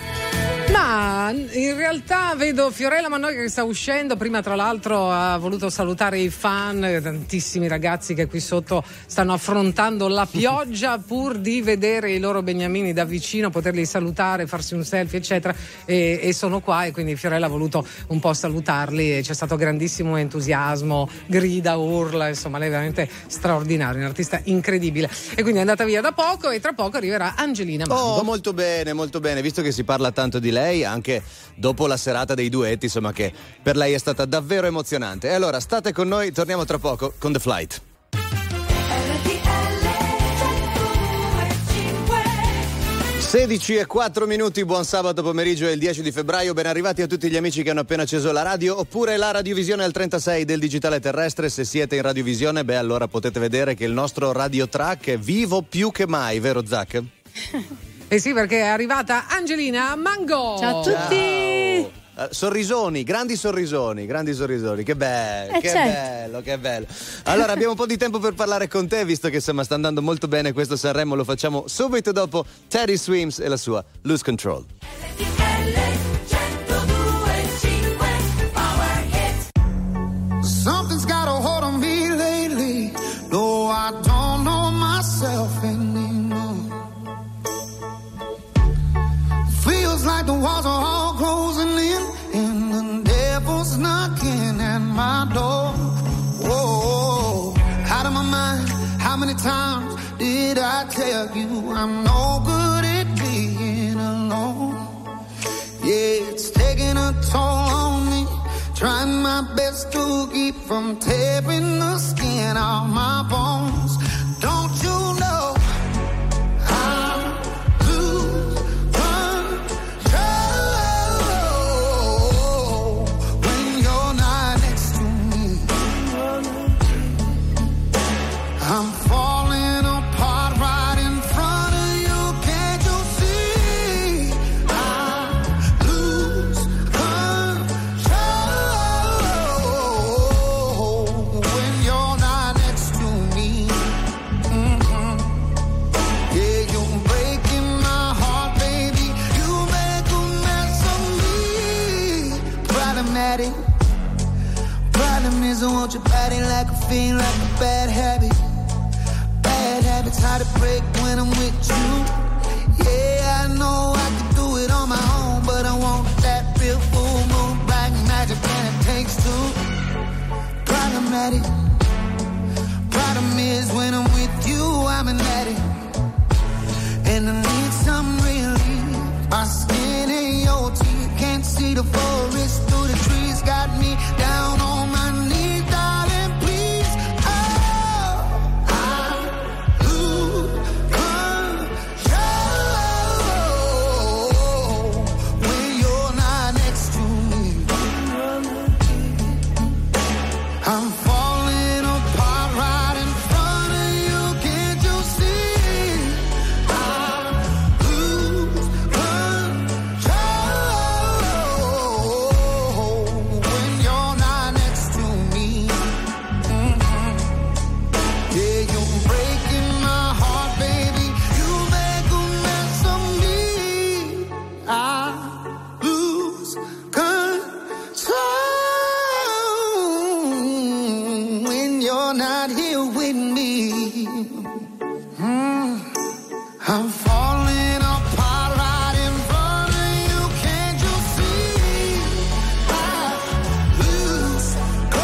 Ma in realtà vedo Fiorella Mannoia che sta uscendo. Prima tra l'altro ha voluto salutare i fan, tantissimi ragazzi che qui sotto stanno affrontando la pioggia pur di vedere i loro beniamini da vicino, poterli salutare, farsi un selfie eccetera, e, e sono qua, e quindi Fiorella ha voluto un po' salutarli e c'è stato grandissimo entusiasmo, grida, urla, insomma lei è veramente straordinaria, un artista incredibile, e quindi è andata via da poco e tra poco arriverà Angelina Mango. Oh, molto bene, molto bene, visto che si parla tanto di lei, anche dopo la serata dei duetti, insomma, che per lei è stata davvero emozionante. E allora state con noi, torniamo tra poco con The Flight. sedici e quattro minuti, buon sabato pomeriggio, è il dieci di febbraio, ben arrivati a tutti gli amici che hanno appena acceso la radio oppure la radiovisione al trentasei del digitale terrestre. Se siete in radiovisione, beh, allora potete vedere che il nostro radio track è vivo più che mai, vero Zac? Eh sì, perché è arrivata Angelina Mango. Ciao a tutti! Uh, sorrisoni, grandi sorrisoni, grandi sorrisoni, che bello, eh che certo. bello, che bello. Allora abbiamo un po' di tempo per parlare con te, visto che insomma sta andando molto bene questo Sanremo, lo facciamo subito dopo Teddy Swims e la sua Lose Control. Something's got a hold on me lately. No, I don't know myself anymore. Feels like the walls are all closing in, and the devil's knocking at my door. Whoa, out of my mind. How many times did I tell you I'm no good at being alone? Yeah, it's taking a toll on me. Trying my best to keep from tearing the skin off my bones. Don't you know I lose control when you're not next to me? I'm falling apart right in front of you. Can't you see? I lose control when you're not next to me. Mm-hmm. Yeah, you're breaking my heart, baby. You make a mess of me. Problematic. Problem is I want your body like a fiend, like a bad habit. Bad habits hard to break when I'm with you. Yeah, I know I could do it on my own, but I want that real full moon, black magic, and it takes two. Problematic. Problem is when I'm with you, I'm an addict, and I need some relief. My skin and your teeth, can't see the forest through the trees, got me down on my knees, darling, please. Oh, I lose control when you're not next to me. I'm falling apart right in front of you. Can't you see? I lose control when you're not next to me. Mhm. Yeah, you're breaking my heart, baby. You make a mess of me. I lose control when you're not here with me. Mm. I'm falling apart right in front of you. Can't you see? I lose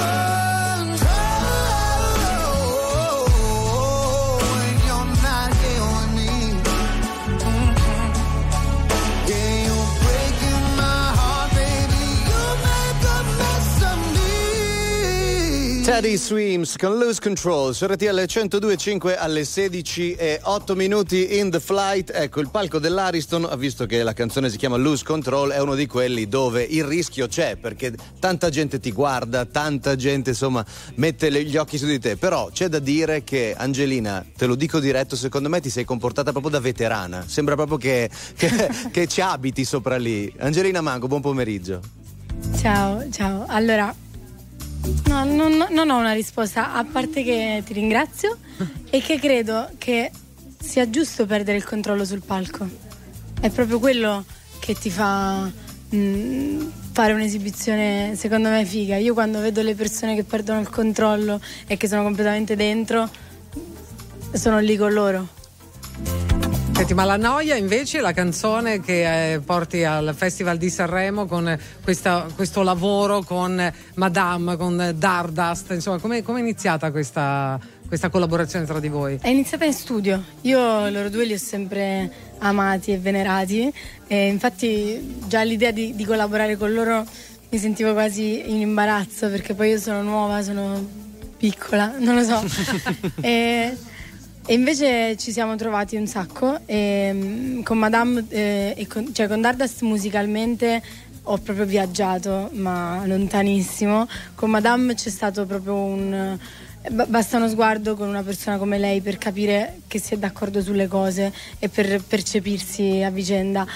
control when you're not here with me. Mhm. Yeah, you're breaking my heart, baby. You make a mess of me. Teddy Swims con Lose Control su R T L centodue e cinque alle sedici e otto minuti in the flight. Ecco, il palco dell'Ariston ha visto che la canzone si chiama Lose Control, è uno di quelli dove il rischio c'è, perché tanta gente ti guarda, tanta gente insomma mette le- gli occhi su di te, però c'è da dire che Angelina, te lo dico diretto, secondo me ti sei comportata proprio da veterana, sembra proprio che, che, che ci abiti sopra lì. Angelina Mango, buon pomeriggio. Ciao, ciao. Allora, no, non, non ho una risposta, a parte che ti ringrazio e che credo che sia giusto perdere il controllo sul palco. È proprio quello che ti fa mh, fare un'esibizione, secondo me, figa. Io quando vedo le persone che perdono il controllo e che sono completamente dentro, sono lì con loro. Senti, ma la noia invece, la canzone che eh, porti al Festival di Sanremo con questa, questo lavoro con Madame, con Dardust, insomma, come è iniziata questa, questa collaborazione tra di voi? È iniziata in studio, io loro due li ho sempre amati e venerati e infatti già l'idea di, di collaborare con loro mi sentivo quasi in imbarazzo, perché poi io sono nuova, sono piccola, non lo so. e, E invece ci siamo trovati un sacco e, con Madame eh, e con, cioè con Dardust musicalmente ho proprio viaggiato, ma lontanissimo. Con Madame c'è stato proprio un basta uno sguardo con una persona come lei per capire che si è d'accordo sulle cose e per percepirsi a vicenda.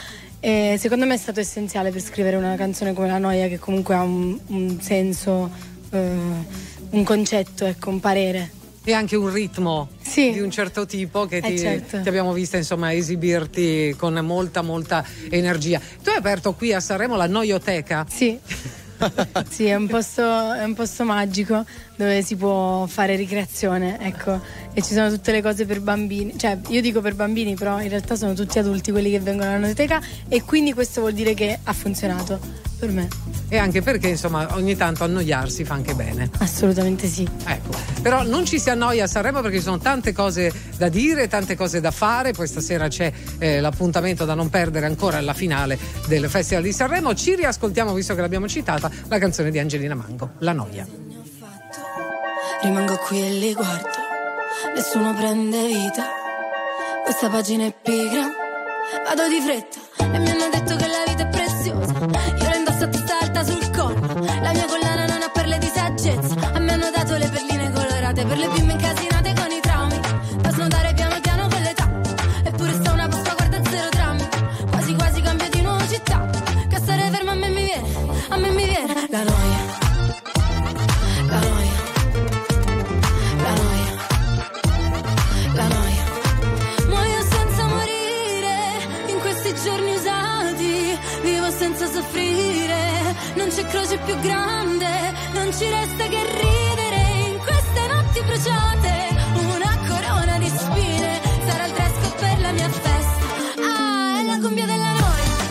E secondo me è stato essenziale per scrivere una canzone come La Noia, che comunque ha un, un senso, eh, un concetto, ecco, un parere. E anche un ritmo sì. di un certo tipo che ti, eh certo. ti abbiamo vista insomma esibirti con molta molta energia. Tu hai aperto qui a Sanremo la Noioteca. Sì. Sì, è un posto, è un posto magico dove si può fare ricreazione, ecco, e ci sono tutte le cose per bambini, cioè io dico per bambini, però in realtà sono tutti adulti quelli che vengono alla noioteca, e quindi questo vuol dire che ha funzionato per me. E anche perché insomma ogni tanto annoiarsi fa anche bene. Assolutamente sì. Ecco, però non ci si annoia a Sanremo perché ci sono tante cose da dire, tante cose da fare. Poi stasera c'è eh, l'appuntamento da non perdere ancora alla finale del Festival di Sanremo. Ci riascoltiamo, visto che l'abbiamo citata, la canzone di Angelina Mango, La Noia. Rimango qui e li guardo, nessuno prende vita, questa pagina è pigra, vado di fretta e mi hanno detto che la vita è preziosa, io la indosso a testa alta sul collo, la mia collana non ha perle di saggezza, a me hanno dato le perline colorate per le bimbe incasinate con i traumi, da snodare piano piano con l'età, eppure sta una posta guarda zero drammi, quasi quasi cambio di nuovo città, che stare fermo a me mi viene, a me mi viene la noia. La noia, la noia, la noia. Muoio senza morire in questi giorni usati, vivo senza soffrire, non c'è croce più grande, non ci resta che ridere in queste notti bruciate, una corona di spine, sarà il dress code per la mia festa, ah, è la cumbia della noia.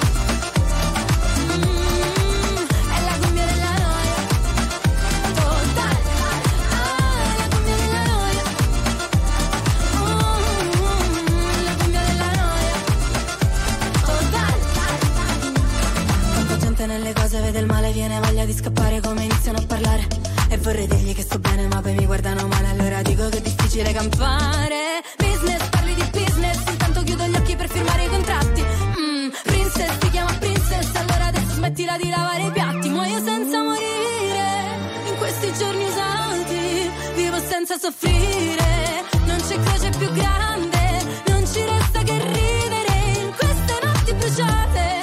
Nelle cose vede il male, viene voglia di scappare come iniziano a parlare, e vorrei dirgli che sto bene ma poi mi guardano male, allora dico che è difficile campare. Business, parli di business, intanto chiudo gli occhi per firmare i contratti. mm, Princess, ti chiama princess, allora adesso smettila di lavare i piatti. Muoio senza morire in questi giorni usati, vivo senza soffrire, non c'è croce più grande, non ci resta che ridere in queste notti bruciate,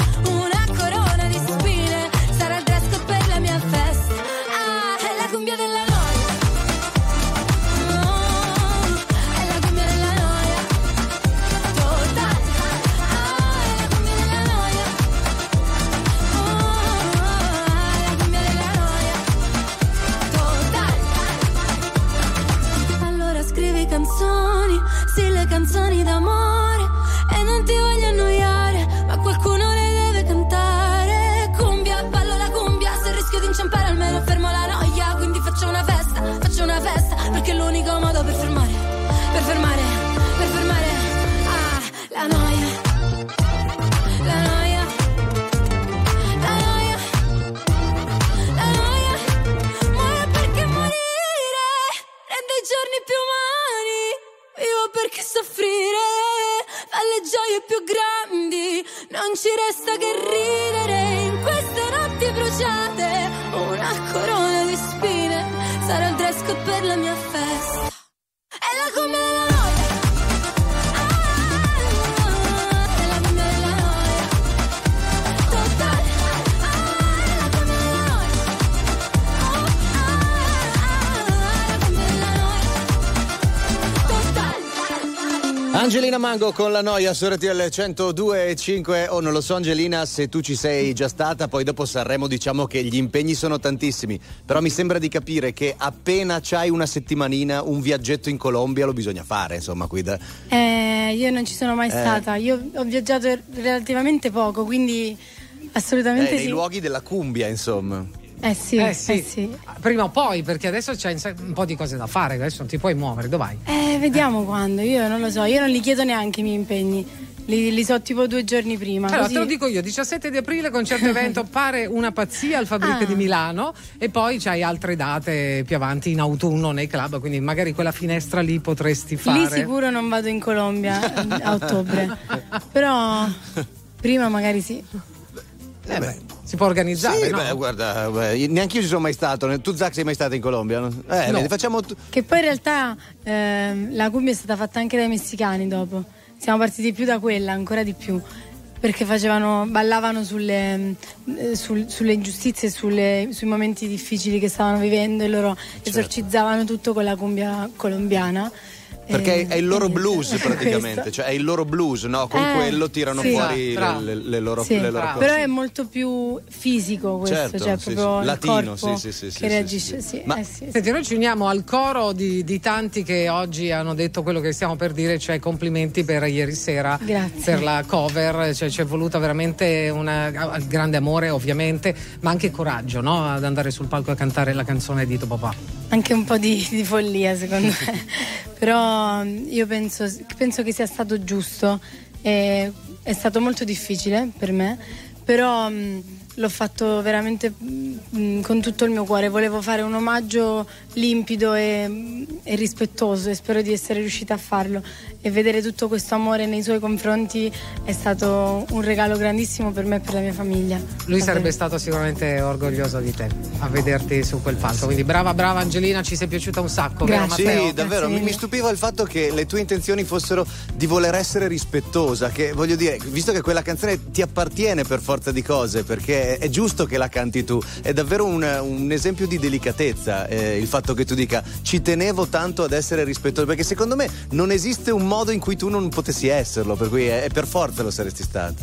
cumbia della noia, oh, è la cumbia della noia, totale, ah, è la cumbia della noia, oh, è la cumbia della noia, totale. Allora scrivi canzoni, sì, le canzoni d'amore, e non ti voglio annoiare, ma qualcuno le deve cantare. Cumbia, ballo la cumbia, se rischio di inciampare almeno fermo la noia, quindi faccio una festa, faccio una festa, perché è l'unico modo per fermare, per fermare, per fermare, ah, la noia, la noia, la noia, la noia, muoio perché morire rende i giorni più umani, vivo perché soffrire fa le gioie più grandi, non ci resta che ridere in queste notti bruciate, una corona di spine, sarà il dress code per la mia festa, è la cumbia della noia, ah, è la cumbia della noia, totale, ah, è la cumbia della noia, oh, ah, è la cumbia della noia, totale. Angelina Mango con La Noia su R T L centodue e cinque. Oh, non lo so Angelina se tu ci sei già stata, poi dopo Sanremo diciamo che gli impegni sono tantissimi, però mi sembra di capire che appena c'hai una settimanina un viaggetto in Colombia lo bisogna fare, insomma, qui da... Eh, io non ci sono mai Eh. stata, io ho viaggiato relativamente poco, quindi assolutamente eh, nei sì. luoghi della cumbia, insomma. Eh sì, Eh eh sì. sì. Prima o poi, perché adesso c'è un po' di cose da fare, adesso non ti puoi muovere, dov'hai? Eh, vediamo quando, io non lo so, io non li chiedo neanche i miei impegni, li, li so tipo due giorni prima. Allora così... te lo dico io, diciassette di aprile concerto evento Pare una pazzia al Fabric Ah. di Milano, e poi c'hai altre date più avanti in autunno nei club, quindi magari quella finestra lì potresti fare. Lì sicuro non vado in Colombia a ottobre, però prima magari sì. Eh beh, si può organizzare, Sì, no? beh, guarda, beh, neanche io ci sono mai stato. Tu Zac sei mai stata in Colombia? No? Eh, No. vedi, facciamo tu- Che poi in realtà ehm, la cumbia è stata fatta anche dai messicani dopo. Siamo partiti più da quella, ancora di più. perché facevano, ballavano sulle, eh, sul, sulle ingiustizie, sulle, sui momenti difficili che stavano vivendo, e loro certo. esorcizzavano tutto con la cumbia colombiana. Perché Eh, è il loro e blues niente. praticamente, Questo. cioè è il loro blues, no? Con Eh, quello tirano sì. fuori Bravo. le, le- le loro, Sì, le loro cose. però è molto più fisico questo, Certo, cioè sì, proprio sì. il Latino, corpo sì, sì, sì, sì, che sì, reagisce. sì. Sì, Ma- eh, sì, sì. Senti, noi ci uniamo al coro di, di tanti che oggi hanno detto quello che stiamo per dire, cioè complimenti per ieri sera, Grazie. per la cover, cioè c'è voluta veramente una grande amore ovviamente, ma anche coraggio, no? Ad andare sul palco a cantare la canzone di tuo papà. Anche un po' di, di follia secondo me, però io penso, penso che sia stato giusto, e è stato molto difficile per me, però mh, l'ho fatto veramente mh, con tutto il mio cuore. Volevo fare un omaggio limpido e, e rispettoso, e spero di essere riuscita a farlo, e vedere tutto questo amore nei suoi confronti è stato un regalo grandissimo per me e per la mia famiglia. Lui Davvero. sarebbe stato sicuramente orgoglioso di te a vederti su quel palco, quindi brava brava Angelina, ci sei piaciuta un sacco, vero Grazie. Matteo? Sì, davvero, mi, mi stupiva il fatto che le tue intenzioni fossero di voler essere rispettosa, che voglio dire, visto che quella canzone ti appartiene per forza di cose, perché è, è giusto che la canti tu, è davvero un, un esempio di delicatezza, eh, il fatto che tu dica ci tenevo tanto ad essere rispettoso, perché secondo me non esiste un modo in cui tu non potessi esserlo, per cui è, è per forza lo saresti stata.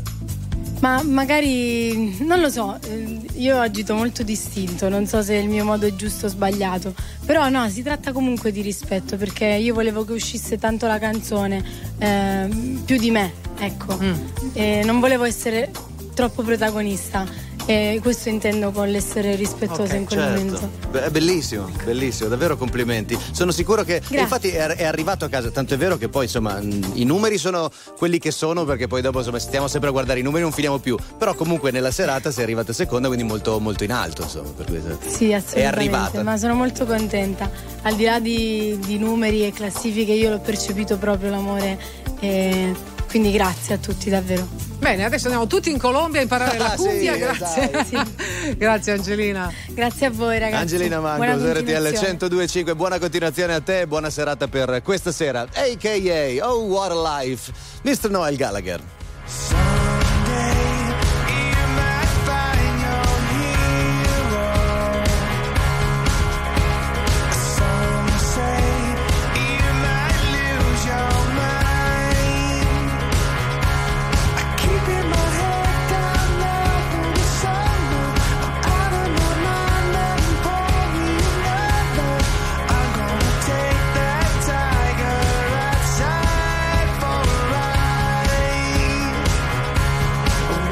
Ma magari, non lo so, eh, io agito molto distinto, non so se il mio modo è giusto o sbagliato, però no, si tratta comunque di rispetto, perché io volevo che uscisse tanto la canzone, eh, più di me, ecco, Mm. e non volevo essere troppo protagonista, e questo intendo con l'essere rispettosa in quel momento. Certo, Beh, è bellissimo, bellissimo, davvero complimenti. Sono sicuro che e infatti è, è arrivato a casa, tanto è vero che poi insomma mh, i numeri sono quelli che sono, perché poi dopo insomma stiamo sempre a guardare i numeri, non finiamo più, però comunque nella serata sei arrivata seconda, quindi molto, molto in alto insomma, per questo. Sì, assolutamente, è arrivata. ma sono molto contenta. Al di là di, di numeri e classifiche, io l'ho percepito proprio l'amore, e quindi grazie a tutti davvero. Bene, adesso andiamo tutti in Colombia a imparare la Ah, cumbia, sì, grazie. Sì. Grazie Angelina. Grazie a voi ragazzi. Angelina Buona Mango, R T L continuazione. centodue e cinque, buona continuazione a te, buona serata per questa sera. A K A Oh What a Life, mister Noel Gallagher. Tiger outside for a ride.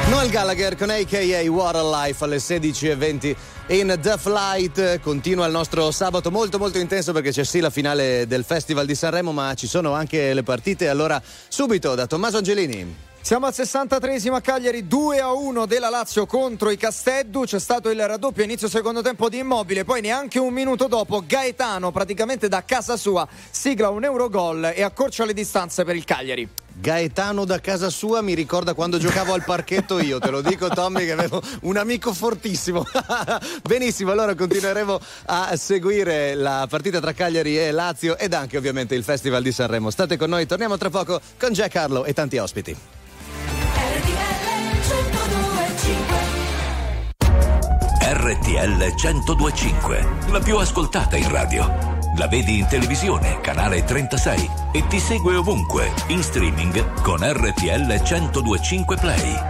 Noel Gallagher con A K A What a Life alle sedici e venti in The Flight. Continua il nostro sabato molto molto intenso perché c'è sì la finale del Festival di Sanremo, ma ci sono anche le partite. Allora subito da Tommaso Angelini. Siamo al sessantatreesimo a Cagliari, due a uno della Lazio contro i Casteddu. C'è stato il raddoppio inizio secondo tempo di Immobile, poi neanche un minuto dopo Gaetano praticamente da casa sua sigla un Eurogol e accorcia le distanze per il Cagliari. Gaetano da casa sua mi ricorda quando giocavo al parchetto io, te lo dico Tommy che avevo un amico fortissimo. Benissimo, allora continueremo a seguire la partita tra Cagliari e Lazio ed anche ovviamente il Festival di Sanremo. State con noi, torniamo tra poco con Jack Harlow e tanti ospiti. R T L centodue e cinque, la più ascoltata in radio. La vedi in televisione, canale trentasei e ti segue ovunque, in streaming con R T L centodue e cinque Play.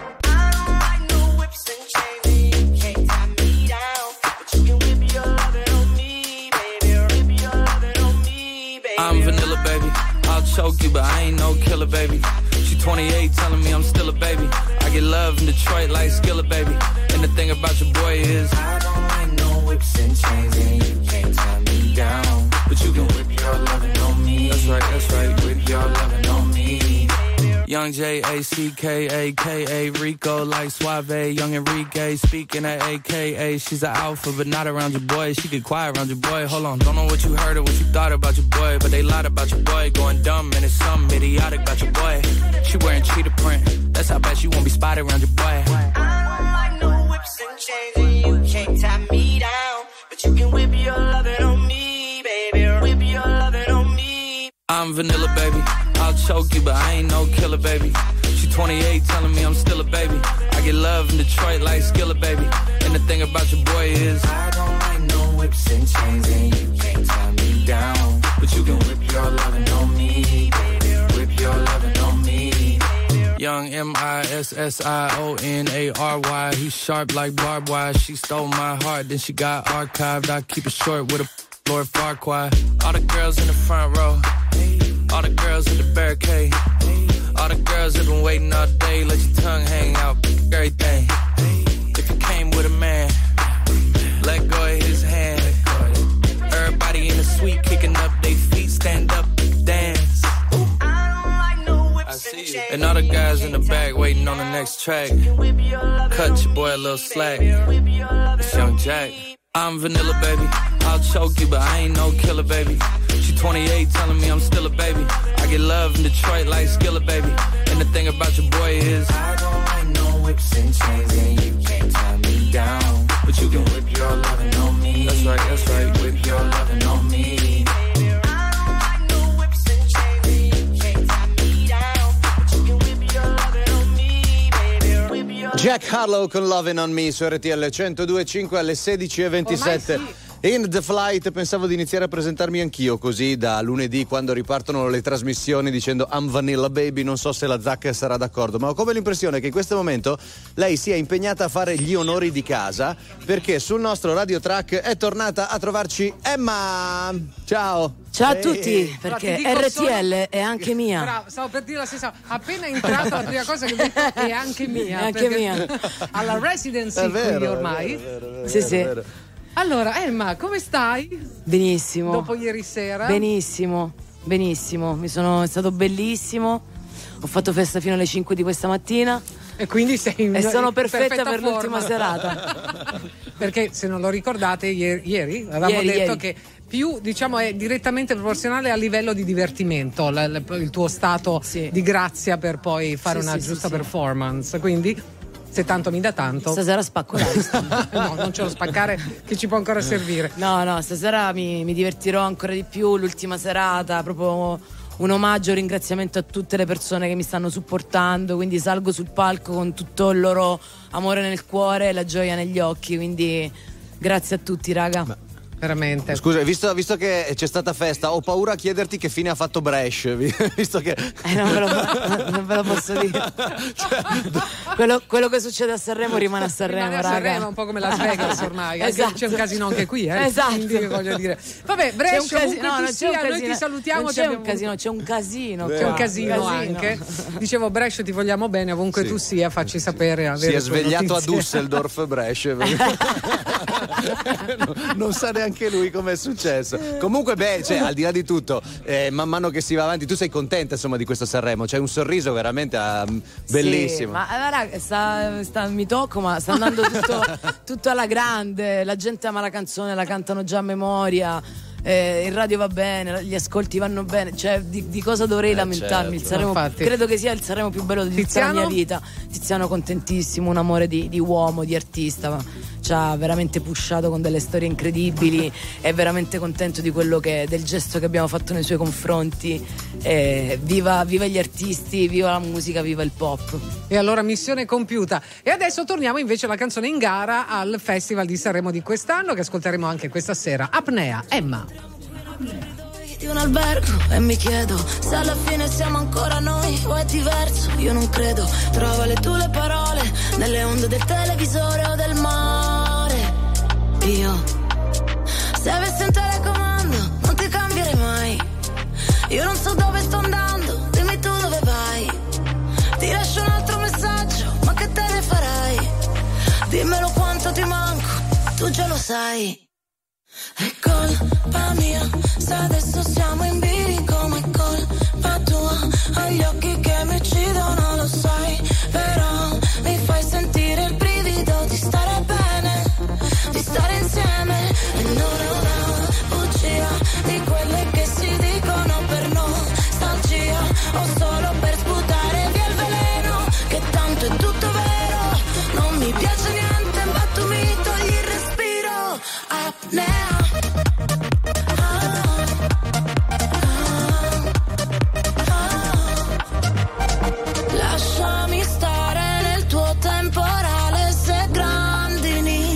I'm vanilla, baby. I'll choke you, but I ain't no killer, baby. She twenty-eight, telling me I'm still a baby. I get love in Detroit like Skillet, baby. And the thing about your boy is I don't like no whips and chains, and you can't tie me down. But you can whip your lovin' on me. That's right, that's right, whip your lovin' on me. Young J A C K A K A Rico like Suave. Young Enrique speaking at A K A. She's an alpha but not around your boy. She get quiet around your boy. Hold on, don't know what you heard or what you thought about your boy, but they lied about your boy. Going dumb and it's something idiotic about your boy. She wearing cheetah print. That's how bad she won't be spotted around your boy. I don't like no whips and chains, and you can't tie me down. But you can whip your lovin' on me, baby. Whip your lovin' on me. I'm vanilla, baby. I'll choke you, but I ain't no killer, baby. She twenty-eight, telling me I'm still a baby. I get love in Detroit like Skillet, baby. And the thing about your boy is I don't like no whips and chains, and you can't tie me down. But you can whip your lovin' on me, baby. Whip your lovin' on me. Young M I S S I O N A R Y. He's sharp like barbed wire. She stole my heart, then she got archived. I keep it short with a Lord Farquaad. All the girls in the front row, all the girls in the barricade, all the girls have been waiting all day. Let your tongue hang out, everything. If you came with a man, let go of his hand. Everybody in the suite kicking up their feet, stand up, dance. I see you. And all the guys in the back waiting on the next track. Cut your boy a little slack. It's Young Jack. I'm vanilla, baby. I'll choke you, but I ain't no killer, baby. She twenty-eight, telling me I'm still a baby. I get love in Detroit like Skillet, baby. And the thing about your boy is I don't like no whips and chains, and you can't tie me down. But you can whip your lovin' on me. That's right, that's right, whip your lovin' on me. Jack Harlow con Lovin' on Me su R T L centodue e cinque alle sedici e ventisette. In The Flight pensavo di iniziare a presentarmi anch'io così da lunedì quando ripartono le trasmissioni dicendo I'm Vanilla Baby. Non so se la Zacca sarà d'accordo, ma ho come l'impressione che in questo momento lei sia impegnata a fare gli onori di casa perché sul nostro radio track è tornata a trovarci Emma. Ciao. Ciao a Ehi. tutti, perché R T L solo... è anche mia. Bravo, stavo per dire la stessa. Appena entrato la prima cosa che ho detto è anche mia. È anche mia. Alla residency È vero, qui ormai. è vero, è vero, è vero, Sì, è sì. vero. Allora, Emma, come stai? Benissimo. Dopo ieri sera? Benissimo, benissimo. Mi sono, è stato bellissimo. Ho fatto festa fino alle cinque di questa mattina. E quindi sei in E sono perfetta, perfetta per forma. l'ultima serata. Perché se non lo ricordate, ieri, ieri avevamo Ieri, detto ieri. che più diciamo è direttamente proporzionale al livello di divertimento, l- l- il tuo stato di grazia per poi fare Sì, una sì, giusta sì, sì. performance. Quindi se tanto mi dà tanto. Stasera spacco la No, non ce lo spaccare che ci può ancora servire. No, no, stasera mi, mi divertirò ancora di più. L'ultima serata, proprio un omaggio, un ringraziamento a tutte le persone che mi stanno supportando. Quindi salgo sul palco con tutto il loro amore nel cuore e la gioia negli occhi. Quindi grazie a tutti, raga. veramente. Scusa, visto, visto che c'è stata festa, ho paura a chiederti che fine ha fatto Brescia, visto che... Eh, non, ve lo, non ve lo posso dire. quello, quello che succede a Sanremo rimane a Sanremo, rimane a raga. Sanremo, un po' come Las Vegas ormai. Esatto. Anche, c'è un casino anche qui, eh. Esatto. Quindi, voglio dire. Vabbè, Brescia, C'è un casino, comunque no, tu non c'è sia, un noi casino. ti salutiamo. Non ti c'è abbiamo- un casino, c'è un casino. C'è qua. un casino, anche. Dicevo, Brescia, ti vogliamo bene, ovunque Sì. tu sia, facci sapere. Si avere è tue svegliato a notizie. Düsseldorf Brescia. non, non sa neanche lui com'è successo. Comunque, beh, cioè, al di là di tutto, eh, man mano che si va avanti, tu sei contenta insomma di questo Sanremo? C'è un sorriso veramente ah, bellissimo. Sì, ma eh, raga, sta, sta- mi tocco, ma sta andando tutto, tutto alla grande. La gente ama la canzone, la cantano già a memoria. Eh, il radio va bene, gli ascolti vanno bene. Cioè, di, di cosa dovrei Eh, lamentarmi? Il certo. Sanremo, Infatti. credo che sia il Sanremo più bello di tutta la Tiziano? mia vita. Tiziano contentissimo, un amore di, di uomo, di artista, ma ci ha veramente pushato con delle storie incredibili. È veramente contento di quello che, del gesto che abbiamo fatto nei suoi confronti. Eh, viva, viva gli artisti, viva la musica, viva il pop. E allora missione compiuta. E adesso torniamo invece alla canzone in gara al Festival di Sanremo di quest'anno, che ascolteremo anche questa sera. Apnea, Emma. Di un albergo e mi chiedo se alla fine siamo ancora noi o è diverso, io non credo. Trova le tue parole nelle onde del televisore o del mare. Io, se avessi un telecomando non ti cambierei mai. Io non so dove sto andando, dimmi tu dove vai. Ti lascio un altro messaggio, ma che te ne farai? Dimmelo quanto ti manco, tu già lo sai. È colpa mia, se adesso siamo in bilico, ma è colpa tua. Hai gli occhi che mi uccidono, lo sai, però mi fai sentire il brivido di stare bene, di stare insieme. E non è una bugia di quelle che si dicono per nostalgia, o solo per sputare via il veleno, che tanto è tutto vero. Non mi piace niente, ma tu mi togli il respiro. Apnea. Lasciami stare nel tuo temporale se grandini.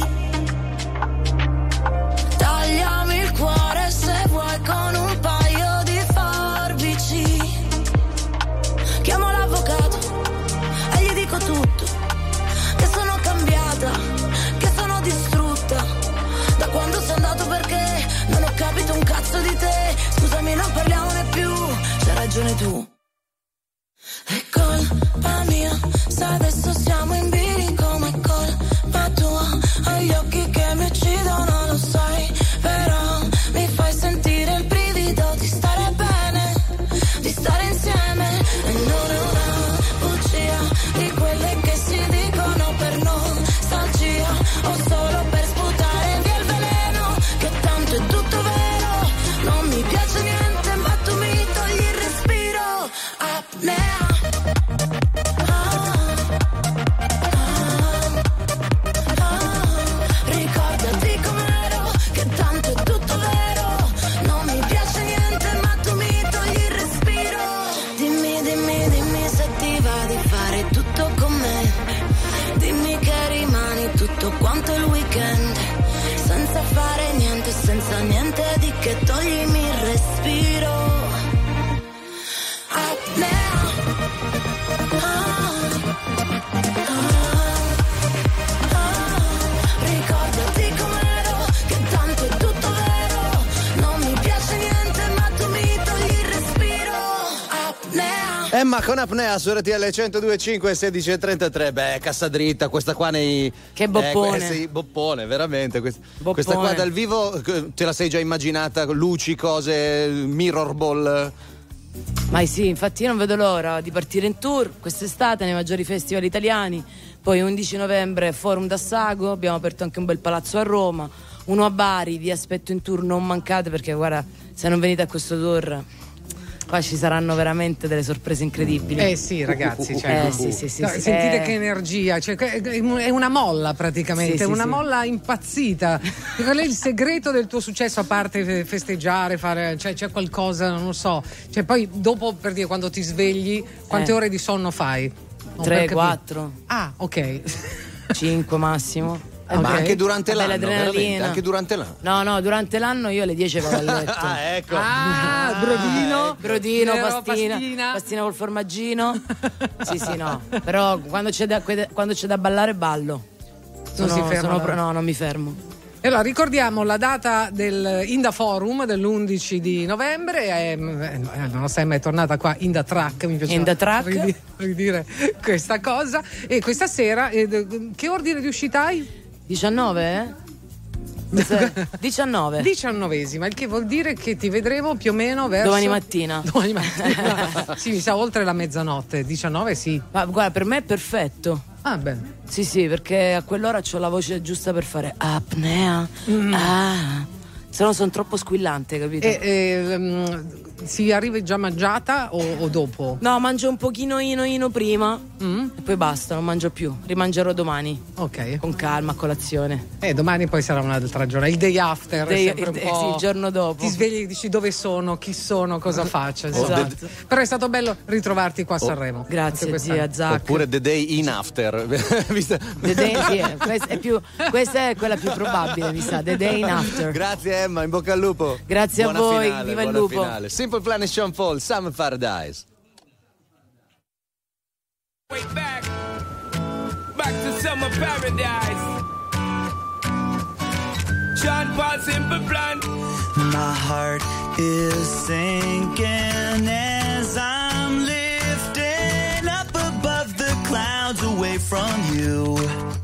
Tagliami il cuore se vuoi con un paio di forbici. Chiamo l'avvocato e gli dico tutto, che sono cambiata, che sono distrutta da quando sei andato, perché non ho capito un cazzo di te. Scusami, non parliamone più, c'hai ragione tu. È colpa mia, se adesso siamo in bilico, ma è colpa tua. Hai gli occhi che mi uccidono, lo sai, però mi fai sentire il brivido di stare bene, di stare insieme. E non è una bugia di quelle che si dicono per nostalgia, o solo per sputare via il veleno, che tanto è tutto vero. Non mi piace niente, ma tu mi togli il respiro. Apnea. Ricordati com'ero, che tanto è tutto vero. Non mi piace niente, ma tu mi togli il respiro. Dimmi, dimmi, dimmi se ti va di fare tutto con me. Dimmi che rimani tutto quanto il weekend, senza fare niente, senza niente di che toglimi il respiro. Apnea. Ricordati com'ero, che tanto è tutto vero. Non mi piace niente, ma tu mi togli il respiro. Apnea. Emma con Apnea su R T L centodue e cinque, sedici e trentatré. Beh, cassa dritta, questa qua nei. Che boppone. Eh, sì, boppone, veramente. Questa, Boppone. questa qua dal vivo eh, te la sei già immaginata? Luci, cose, mirror ball. Ma sì, infatti io non vedo l'ora di partire in tour quest'estate nei maggiori festival italiani. Poi undici novembre Forum d'Assago, abbiamo aperto anche un bel palazzo a Roma, uno a Bari. Vi aspetto in tour, non mancate, perché guarda, se non venite a questo tour qua ci saranno veramente delle sorprese incredibili. Eh sì, ragazzi, cioè, eh, sì, sì, sì, no, sì, sentite eh. che energia, cioè, è una molla praticamente, Sì, sì, una sì. molla impazzita. Qual è il segreto del tuo successo, a parte festeggiare, fare, cioè, c'è qualcosa, non lo so, cioè, poi dopo, per dire, quando ti svegli, quante Eh. ore di sonno fai? Non per tre, capire. quattro. Ah, ok. cinque massimo. Eh, ma anche durante Vabbè, l'anno, l'adrenalina. veramente, anche durante l'anno. No, no, durante l'anno io alle dieci vado a letto. Ah, ecco. Ah, brodino, brodino, vero, pastina, pastina. pastina col formaggino. Sì, sì, no. Però quando c'è da, quando c'è da ballare ballo. Non Sono, si ferma sono la- pro- no, non mi fermo. E allora ricordiamo la data del Inda Forum dell'undici di novembre. eh, La nostra Emma è tornata qua, Inda Track. Mi piace Inda Track. ridi- ridire questa cosa. E questa sera, eh, che ordine di uscita hai? diciannove, eh? Questa è diciannove. diciannovesima, il che vuol dire che ti vedremo più o meno verso Domani mattina. Domani mattina. Sì, mi sa oltre la mezzanotte. diciannove sì. Ma guarda, per me è perfetto. Ah, beh. Sì, sì, perché a quell'ora c'ho la voce giusta per fare apnea. Ah. Se no sono troppo squillante, capito? E, e, um, si arriva già mangiata o, o dopo? No, mangio un pochino ino ino prima e poi basta, non mangio più. Rimangerò domani. Ok. Con calma, a colazione. E domani poi sarà un'altra giornata. Il day after. Day- è sempre un eh, po'... sì, il giorno dopo. Ti svegli e dici dove sono, chi sono, cosa faccio. Esatto. Però è stato bello ritrovarti qua a Sanremo. Grazie, Anche zia Zac. Oppure The Day in After. Visto- The day, sì, eh, questa, è più, questa è quella più probabile, mi sa. The day in after. Grazie Emma, in bocca al lupo. Grazie a Buona voi, finale, viva il buona lupo. finale. Simple Plan e Sean Paul, Summer Paradise. Way back, back to summer paradise. Sean Paul, Simple Plan. My heart is sinking as I'm lifting up above the clouds away from you.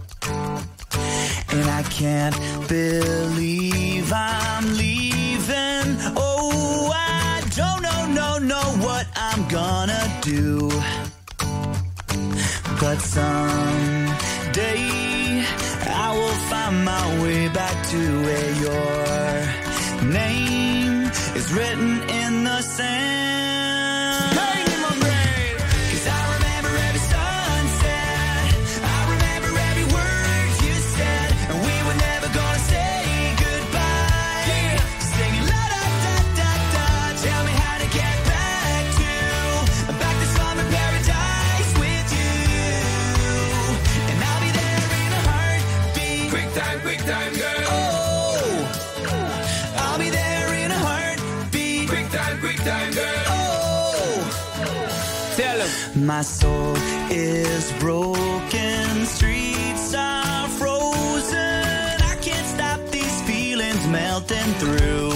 And I can't believe I'm leaving. Oh, I don't know, no, know what I'm gonna do. But someday I will find my way back to where your name is written in the sand. Pain in my brain. 'Cause I remember every sunset, I remember every word you said, and we were never gonna say goodbye. Yeah. Singing la da da da da, tell me how to get back to, back to summer paradise with you, and I'll be there in a heartbeat. Quick time, quick time, girl. Oh, I'll be there in a heartbeat. Quick time, quick time, girl. Oh, Tell 'em. my soul is broken, streets are frozen. I can't stop these feelings melting through.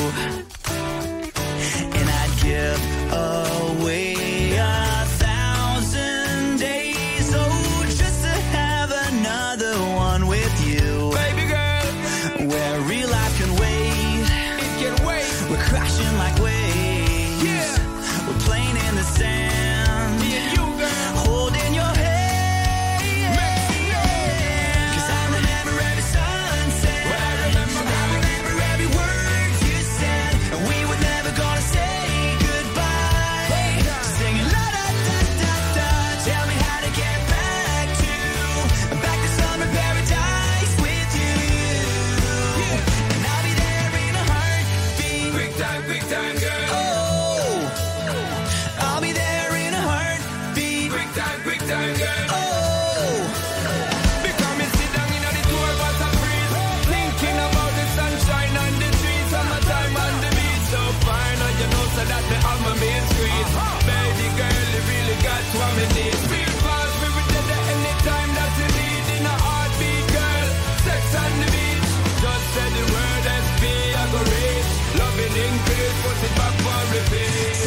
And I'd give away a thousand days, oh, just to have another one with you. Baby girl, Where real life can wait, it can wait. we're crashing like waves. Yeah. We're playing in the sand, Me and you, girl. holding your hand. 'Cause I remember every sunset, Well, I remember, I remember every word you said, and we were never gonna say goodbye. Singing la da da da da, tell me how to get back to, back to summer paradise with you, and I'll be there in a heartbeat. Quick time, quick time, girl. Oh, I'll be there in a heartbeat. Quick time, quick time, girl. Oh, Because me sit down in the tour bus and breeze, thinking about the sunshine and the trees, summertime on the beach. So fine, and you know so that me have my main squeeze. Baby girl, you really got what me need. Feel fast, we will do that anytime that you need. In a heartbeat, girl, sex on the beach. Just say the word S P, I go reach. Loving increase, put it back for repeat.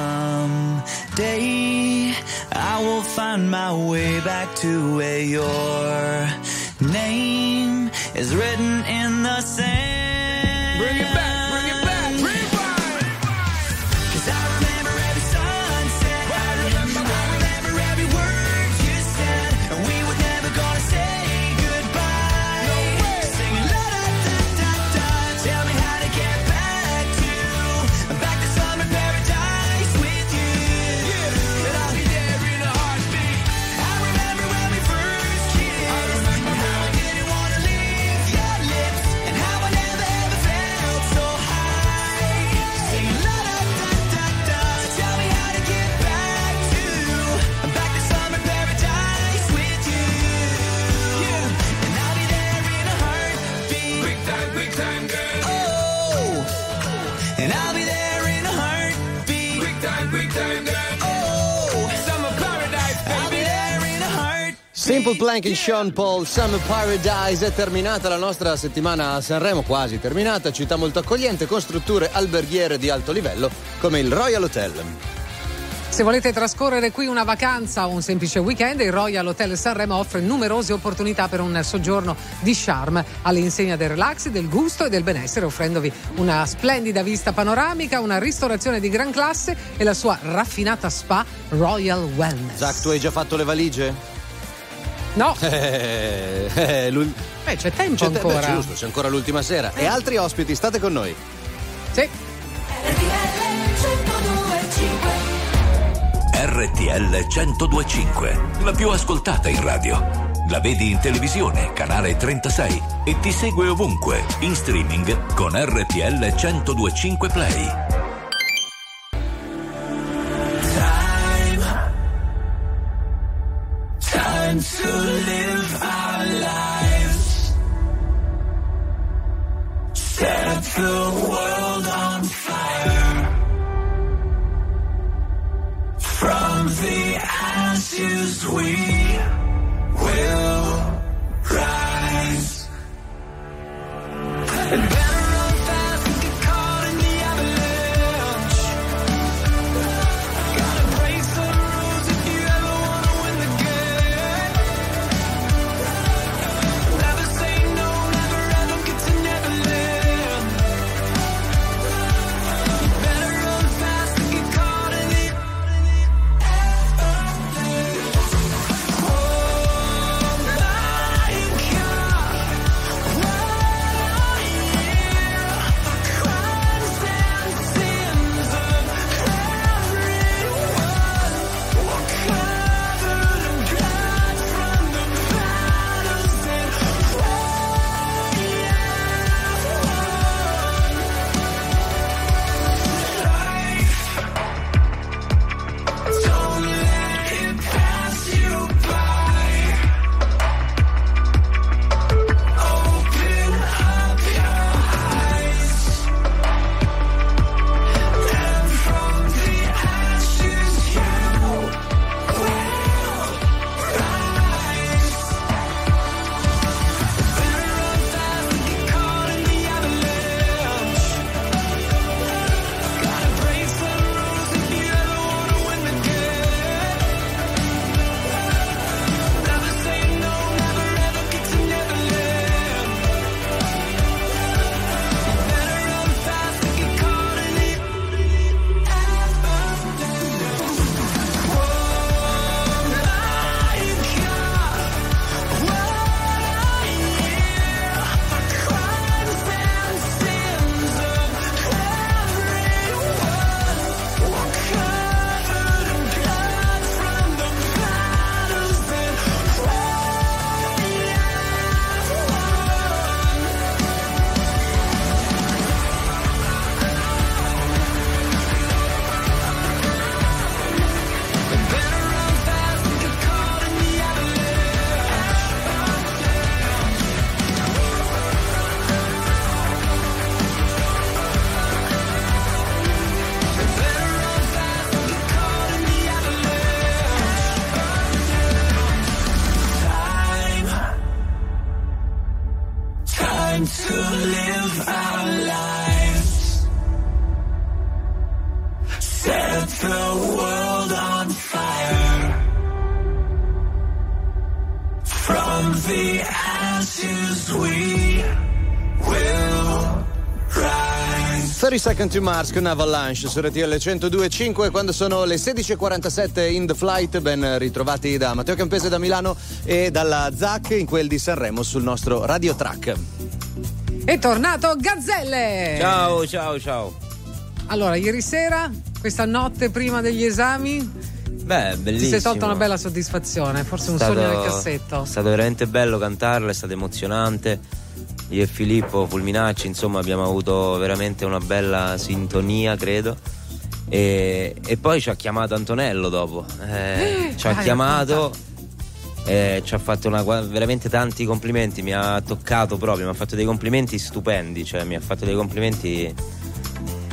someday I will find my way back to where your name is written in the sand. Bring it back, bring it back, rewind. 'Cause I remember every sunset, I remember, I remember every word you said, and we were never gonna say goodbye. No way. Singing la da da da da, tell me how to get back to, back to summer paradise with you. And I'll be there in a heartbeat. I remember when we first kissed, I remember and how I didn't wanna leave your lips, and how I never ever felt so Simple Plan e Sean Paul, Summer Paradise. È terminata la nostra settimana a Sanremo, quasi terminata. Città molto accogliente con strutture alberghiere di alto livello come il Royal Hotel. Se volete trascorrere qui una vacanza o un semplice weekend, il Royal Hotel Sanremo offre numerose opportunità per un soggiorno di charme all'insegna del relax, del gusto e del benessere, offrendovi una splendida vista panoramica, una ristorazione di gran classe e la sua raffinata spa Royal Wellness. Zach, tu hai già fatto le valigie? No. Eh, eh, l'ul- Beh, c'è tempo c'è te- ancora. beh, giusto, c'è ancora l'ultima sera. E altri ospiti, state con noi. Sì. R T L centodue e cinque, la più ascoltata in radio. La vedi in televisione, canale trentasei, e ti segue ovunque, in streaming con R T L centodue e cinque Play. Time, time to live our lives. Set the world on fire. From the ashes we will rise. And better run fast and get caught in the avalanche. Gotta break some rules if you ever wanna win the game. Never say no, never ever get to Neverland. Better run fast and get caught in the to live our lives. Set the world on fire. From the ashes we will rise. thirty Seconds to Mars con Avalanche su R T L centodue e cinque. Quando sono le sedici e quarantasette in The Flight, ben ritrovati da Matteo Campese da Milano e dalla Zac in quel di Sanremo sul nostro Radio Track. È tornato Gazzelle! Ciao, ciao, ciao. Allora, ieri sera, questa notte prima degli esami, Beh, bellissimo. ti sei tolta una bella soddisfazione, forse un Stato- sogno nel cassetto. È stato veramente bello cantarla, è stato emozionante. Io e Filippo Fulminacci, insomma, abbiamo avuto veramente una bella sintonia, credo. E, e poi ci ha chiamato Antonello dopo. Eh, ci ha Vai, chiamato. Eh, ci ha fatto una, veramente tanti complimenti, mi ha toccato proprio, mi ha fatto dei complimenti stupendi, cioè mi ha fatto dei complimenti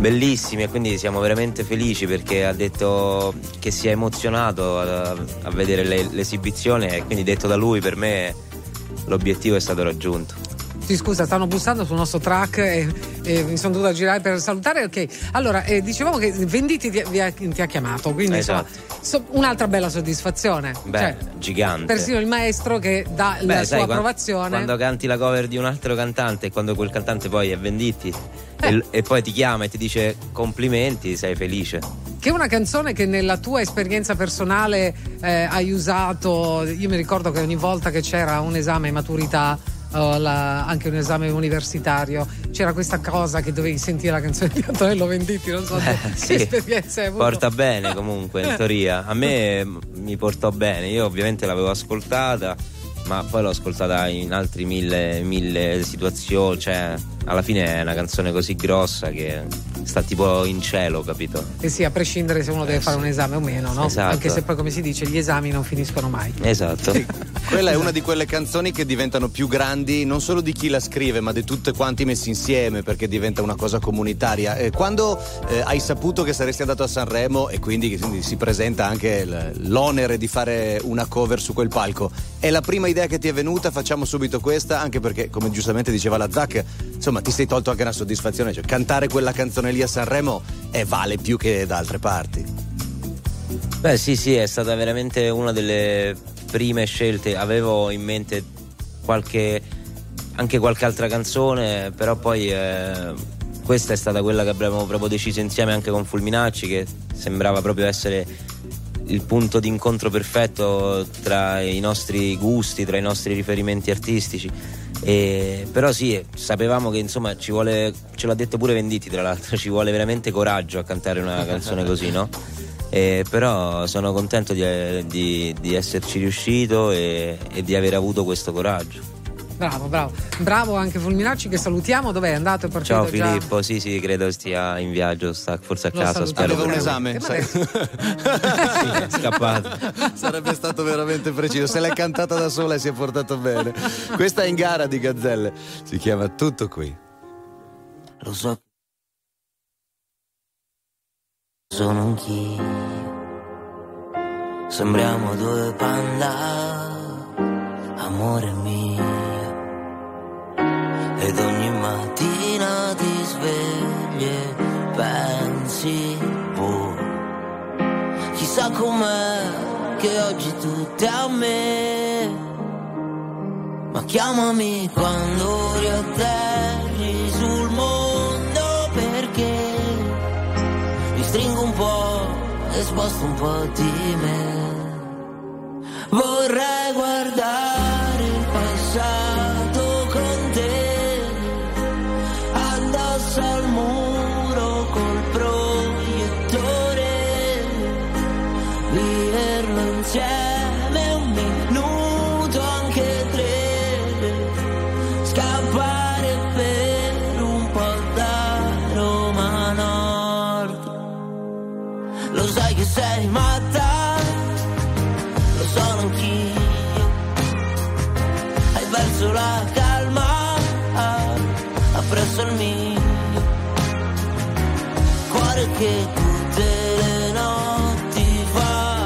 bellissimi, e quindi siamo veramente felici perché ha detto che si è emozionato a, a vedere le, l'esibizione, e quindi detto da lui, per me l'obiettivo è stato raggiunto. Sì, scusa, stanno bussando sul nostro track e, e mi sono dovuta girare per salutare. Ok, allora eh, dicevamo che Venditti ti, vi ha, ti ha chiamato, quindi esatto. insomma so, un'altra bella soddisfazione. Beh, cioè, gigante. persino il maestro che dà Beh, la sai, sua quando, approvazione. Quando canti la cover di un altro cantante e quando quel cantante poi è Venditti Eh. e, e poi ti chiama e ti dice complimenti, sei felice. Che è una canzone che nella tua esperienza personale eh, hai usato. Io mi ricordo che ogni volta che c'era un esame maturità, o la, anche un esame universitario, c'era questa cosa che dovevi sentire la canzone di Antonello Venditti. Non so Eh, che sì. esperienza hai avuto. Porta bene comunque, in teoria. A me mi portò bene, io ovviamente l'avevo ascoltata, ma poi l'ho ascoltata in altri mille, mille situazioni, cioè alla fine è una canzone così grossa che sta tipo in cielo, capito? E sì, a prescindere se uno deve fare un esame o meno, no? Esatto. Anche se poi, come si dice, gli esami non finiscono mai. Esatto. Quella è una di quelle canzoni che diventano più grandi non solo di chi la scrive, ma di tutte quanti messi insieme, perché diventa una cosa comunitaria. Eh, quando eh, hai saputo che saresti andato a Sanremo e quindi, quindi si presenta anche l- l'onere di fare una cover su quel palco, è la prima idea che ti è venuta? Facciamo subito questa, anche perché, come giustamente diceva la Zac, insomma ti sei tolto anche una soddisfazione, cioè cantare quella canzone lì a Sanremo eh, vale più che da altre parti. Beh sì sì, è stata veramente una delle prime scelte. Avevo in mente qualche anche qualche altra canzone, però poi eh, questa è stata quella che abbiamo proprio deciso insieme anche con Fulminacci, che sembrava proprio essere il punto d'incontro perfetto tra i nostri gusti, tra i nostri riferimenti artistici. E, però sì, sapevamo che insomma ci vuole, ce l'ha detto pure Venditti tra l'altro, ci vuole veramente coraggio a cantare una canzone così, no? E, però sono contento di, di, di esserci riuscito e, e di aver avuto questo coraggio. Bravo, bravo. Bravo anche Fulminacci, che salutiamo. Dov'è andato? È partito Ciao già? Filippo, sì sì, credo stia in viaggio, sta forse a Lo casa, salutiamo. spero. Aveva un per- esame, sai? Sì, è scappato. Sarebbe stato veramente preciso. Se l'è cantata da sola e si è portato bene. Questa è In gara di Gazzelle, si chiama Tutto qui. Lo so, sono anch'io. Sembriamo due panda, amore mio. Ed ogni mattina ti svegli e pensi, boh, chissà com'è che oggi tutto è a me. Ma chiamami quando riatterri sul mondo, perché mi stringo un po' e sposto un po' di me. Vorrei guardare il passato con te, addosso al muro col proiettore, viverlo insieme un minuto, anche tre, scappare per un po' da Roma Nord. Lo sai che sei matta, lo sono anch'io. Hai perso la calma, appresso il mio cuore che tutte le notti fa.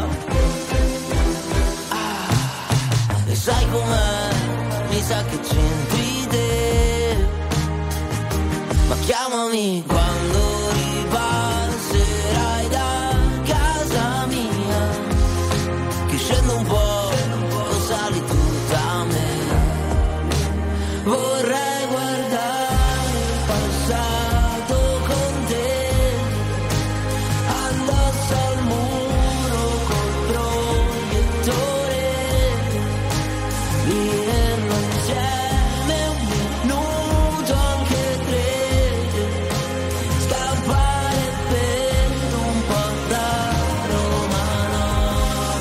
Ah, e sai com'è? Mi sa che c'entri te. Ma chiamami quando ripasserai da casa mia, che scendo un po', lo sali tutta a me. Vorrei guardare il passato con te, addosso al muro col proiettore, viverlo insieme un minuto, anche tre, scappare per un po' da Roma Nord.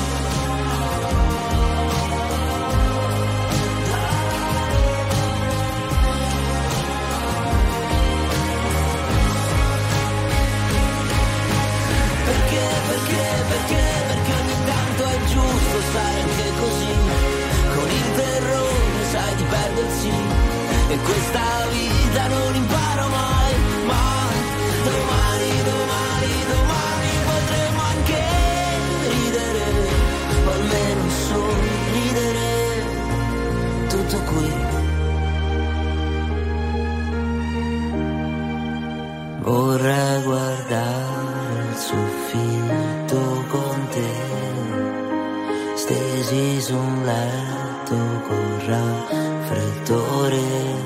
Perché, perché, perché, perché ogni tanto è giusto stare anche così, con il terrore sai di perdersi, e questa vita non imparo mai, mai, domani Domani, domani, domani potremo anche ridere, o almeno sorridere, tutto qui. Vorrei guardare il soffitto con te, stesi su un letto con raffreddore,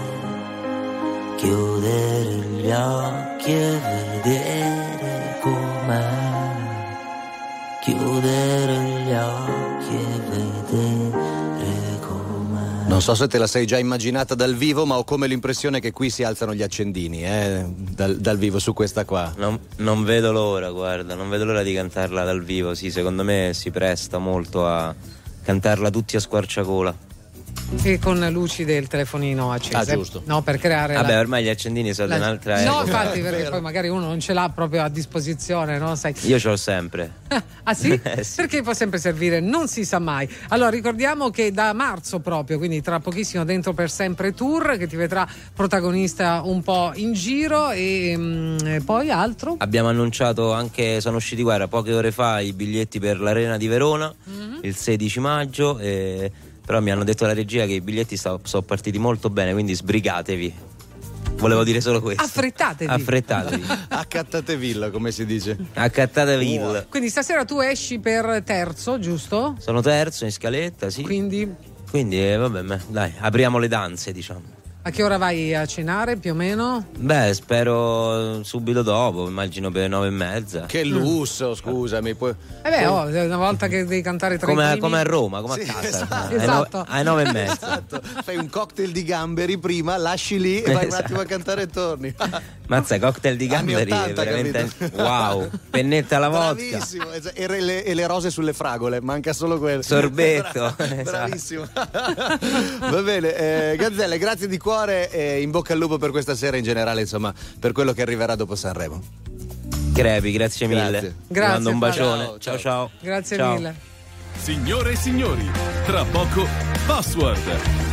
chiudere gli occhi e vedere com'è, chiudere gli occhi e vedere com'è. Non so se te la sei già immaginata dal vivo, ma ho come l'impressione che qui si alzano gli accendini, eh, dal, dal vivo su questa qua. Non, non vedo l'ora, guarda, non vedo l'ora di cantarla dal vivo, sì, secondo me si presta molto a cantarla tutti a squarciagola. E con luci del telefonino accese. Ah, giusto. No, per creare. Vabbè, la... ormai gli accendini sono la... di un'altra No, epoca. infatti, perché poi magari uno non ce l'ha proprio a disposizione, no? Sai. Io ce l'ho sempre. Ah sì? Eh, sì? Perché può sempre servire, non si sa mai. Allora ricordiamo che da marzo proprio, quindi tra pochissimo, Dentro per Sempre Tour, che ti vedrà protagonista un po' in giro e, mh, e poi altro. Abbiamo annunciato anche, sono usciti guarda poche ore fa i biglietti per l'Arena di Verona, mm-hmm. il sedici maggio, e... però mi hanno detto la regia che i biglietti sono partiti molto bene, quindi sbrigatevi. Volevo dire solo questo. Affrettatevi. Affrettatevi. Accattatevilla, come si dice. Accattatevilla. Quindi stasera tu esci per terzo, giusto? Sono terzo in scaletta, sì. Quindi? Quindi, eh, vabbè, dai, apriamo le danze, diciamo. A che ora vai a cenare più o meno? Beh, spero subito dopo, immagino per le nove e mezza. Che lusso, scusami. Poi, Eh beh, poi... oh, una volta che devi cantare tre come, primi... come a Roma, come Sì, a casa. esatto. Esatto. Alle nove e mezza. Esatto. Fai un cocktail di gamberi prima, lasci lì e vai un attimo a cantare e torni. Mazza, cocktail di gamberi, Anni ottanta, veramente. capito? Wow, pennetta alla vodka. Bravissimo, es- e, le, e le rose sulle fragole, manca solo quello. Sorbetto. Bra- bravissimo. Va bene, eh, Gazzelle, grazie di cuore e in bocca al lupo per questa sera, in generale, insomma, per quello che arriverà dopo Sanremo. Crepi, grazie mille. Grazie. Ti mando un Grazie, bacione. Fabio. Ciao ciao. Grazie Ciao. mille. Signore e signori, tra poco Password.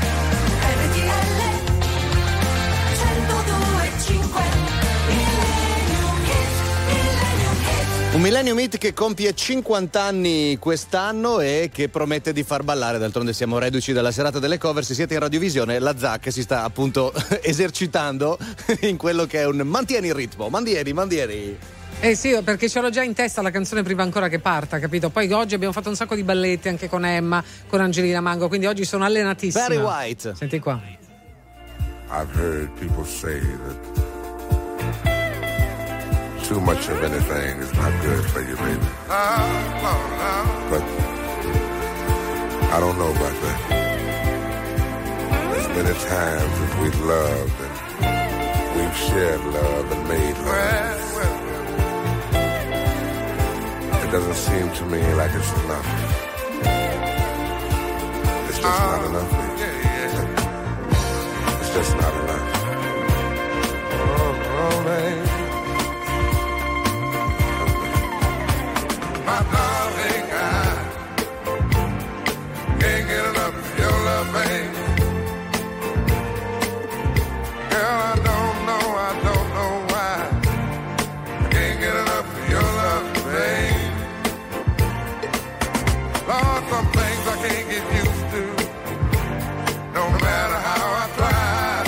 Un Millennium Hit che compie cinquanta anni quest'anno e che promette di far ballare, d'altronde siamo reduci dalla serata delle cover, se siete in radiovisione la Zac si sta appunto esercitando in quello che è un mantieni il ritmo, mantieni, mantieni. Eh sì, perché ce l'ho già in testa la canzone prima ancora che parta, capito? Poi oggi abbiamo fatto un sacco di balletti anche con Emma, con Angelina Mango, quindi oggi sono allenatissima. Barry White. Senti qua. I've heard people say that too much of anything is not good for you, baby. But I don't know about that. There's many times that we've loved and we've shared love and made love. It doesn't seem to me like it's enough. It's just not enough, baby. It's just not enough. Oh, oh, baby. My darling, I can't get enough of your love, baby. Girl, I don't know, I don't know why I can't get enough of your love, baby. Lord, some things I can't get used to, no matter how I try.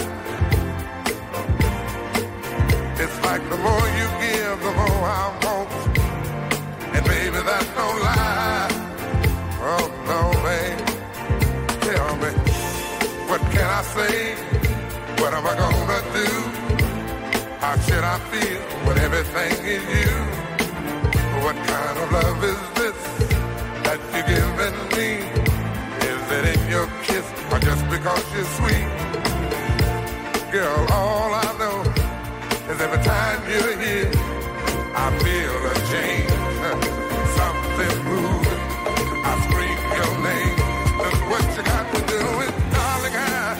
It's like the more you give, the more I want. And baby, that's no lie. Oh no, babe. Tell me, what can I say? What am I gonna do? How should I feel when everything is you? What kind of love is this that you're giving me? Is it in your kiss or just because you're sweet? Girl, all I know is every time you're here, I feel a change. Something moving, I scream your name. That's what you got to do with, darling, I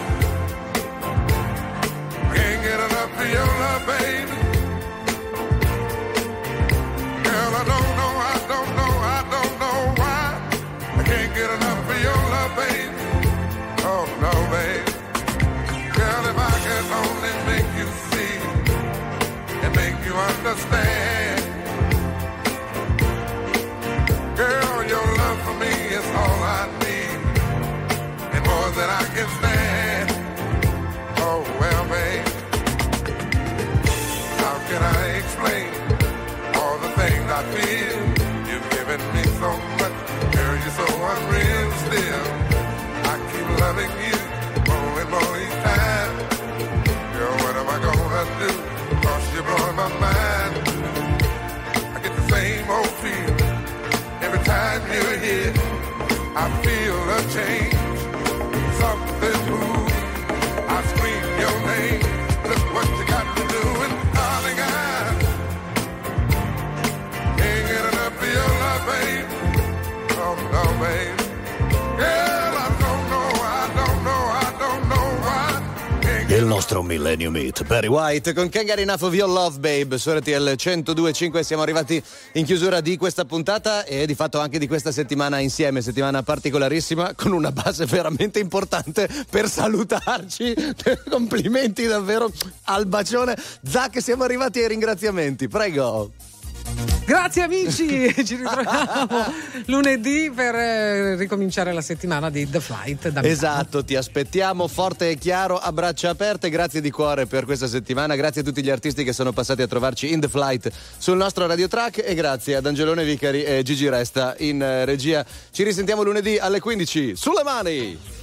can't get enough of your love, baby. Girl, I don't know, I don't know, I don't know why I can't get enough of your love, baby. Oh no, baby. Girl, if I could only make you see and make you understand. il nostro Millennium Hit. Barry White con Can't Get Enough of Your Love Babe su R T L centodue e cinque. Siamo arrivati in chiusura di questa puntata e di fatto anche di questa settimana insieme, settimana particolarissima con una base veramente importante per salutarci. Complimenti davvero al bacione. Zac, siamo arrivati ai ringraziamenti, prego. Grazie amici, ci ritroviamo lunedì per eh, ricominciare la settimana di The Flight da Milano. Esatto, ti aspettiamo forte e chiaro, a braccia aperte. Grazie di cuore per questa settimana, grazie a tutti gli artisti che sono passati a trovarci in The Flight sul nostro Radio Track e grazie ad Angelone Vicari e Gigi Resta in eh, regia. Ci risentiamo lunedì alle quindici. Sulle mani!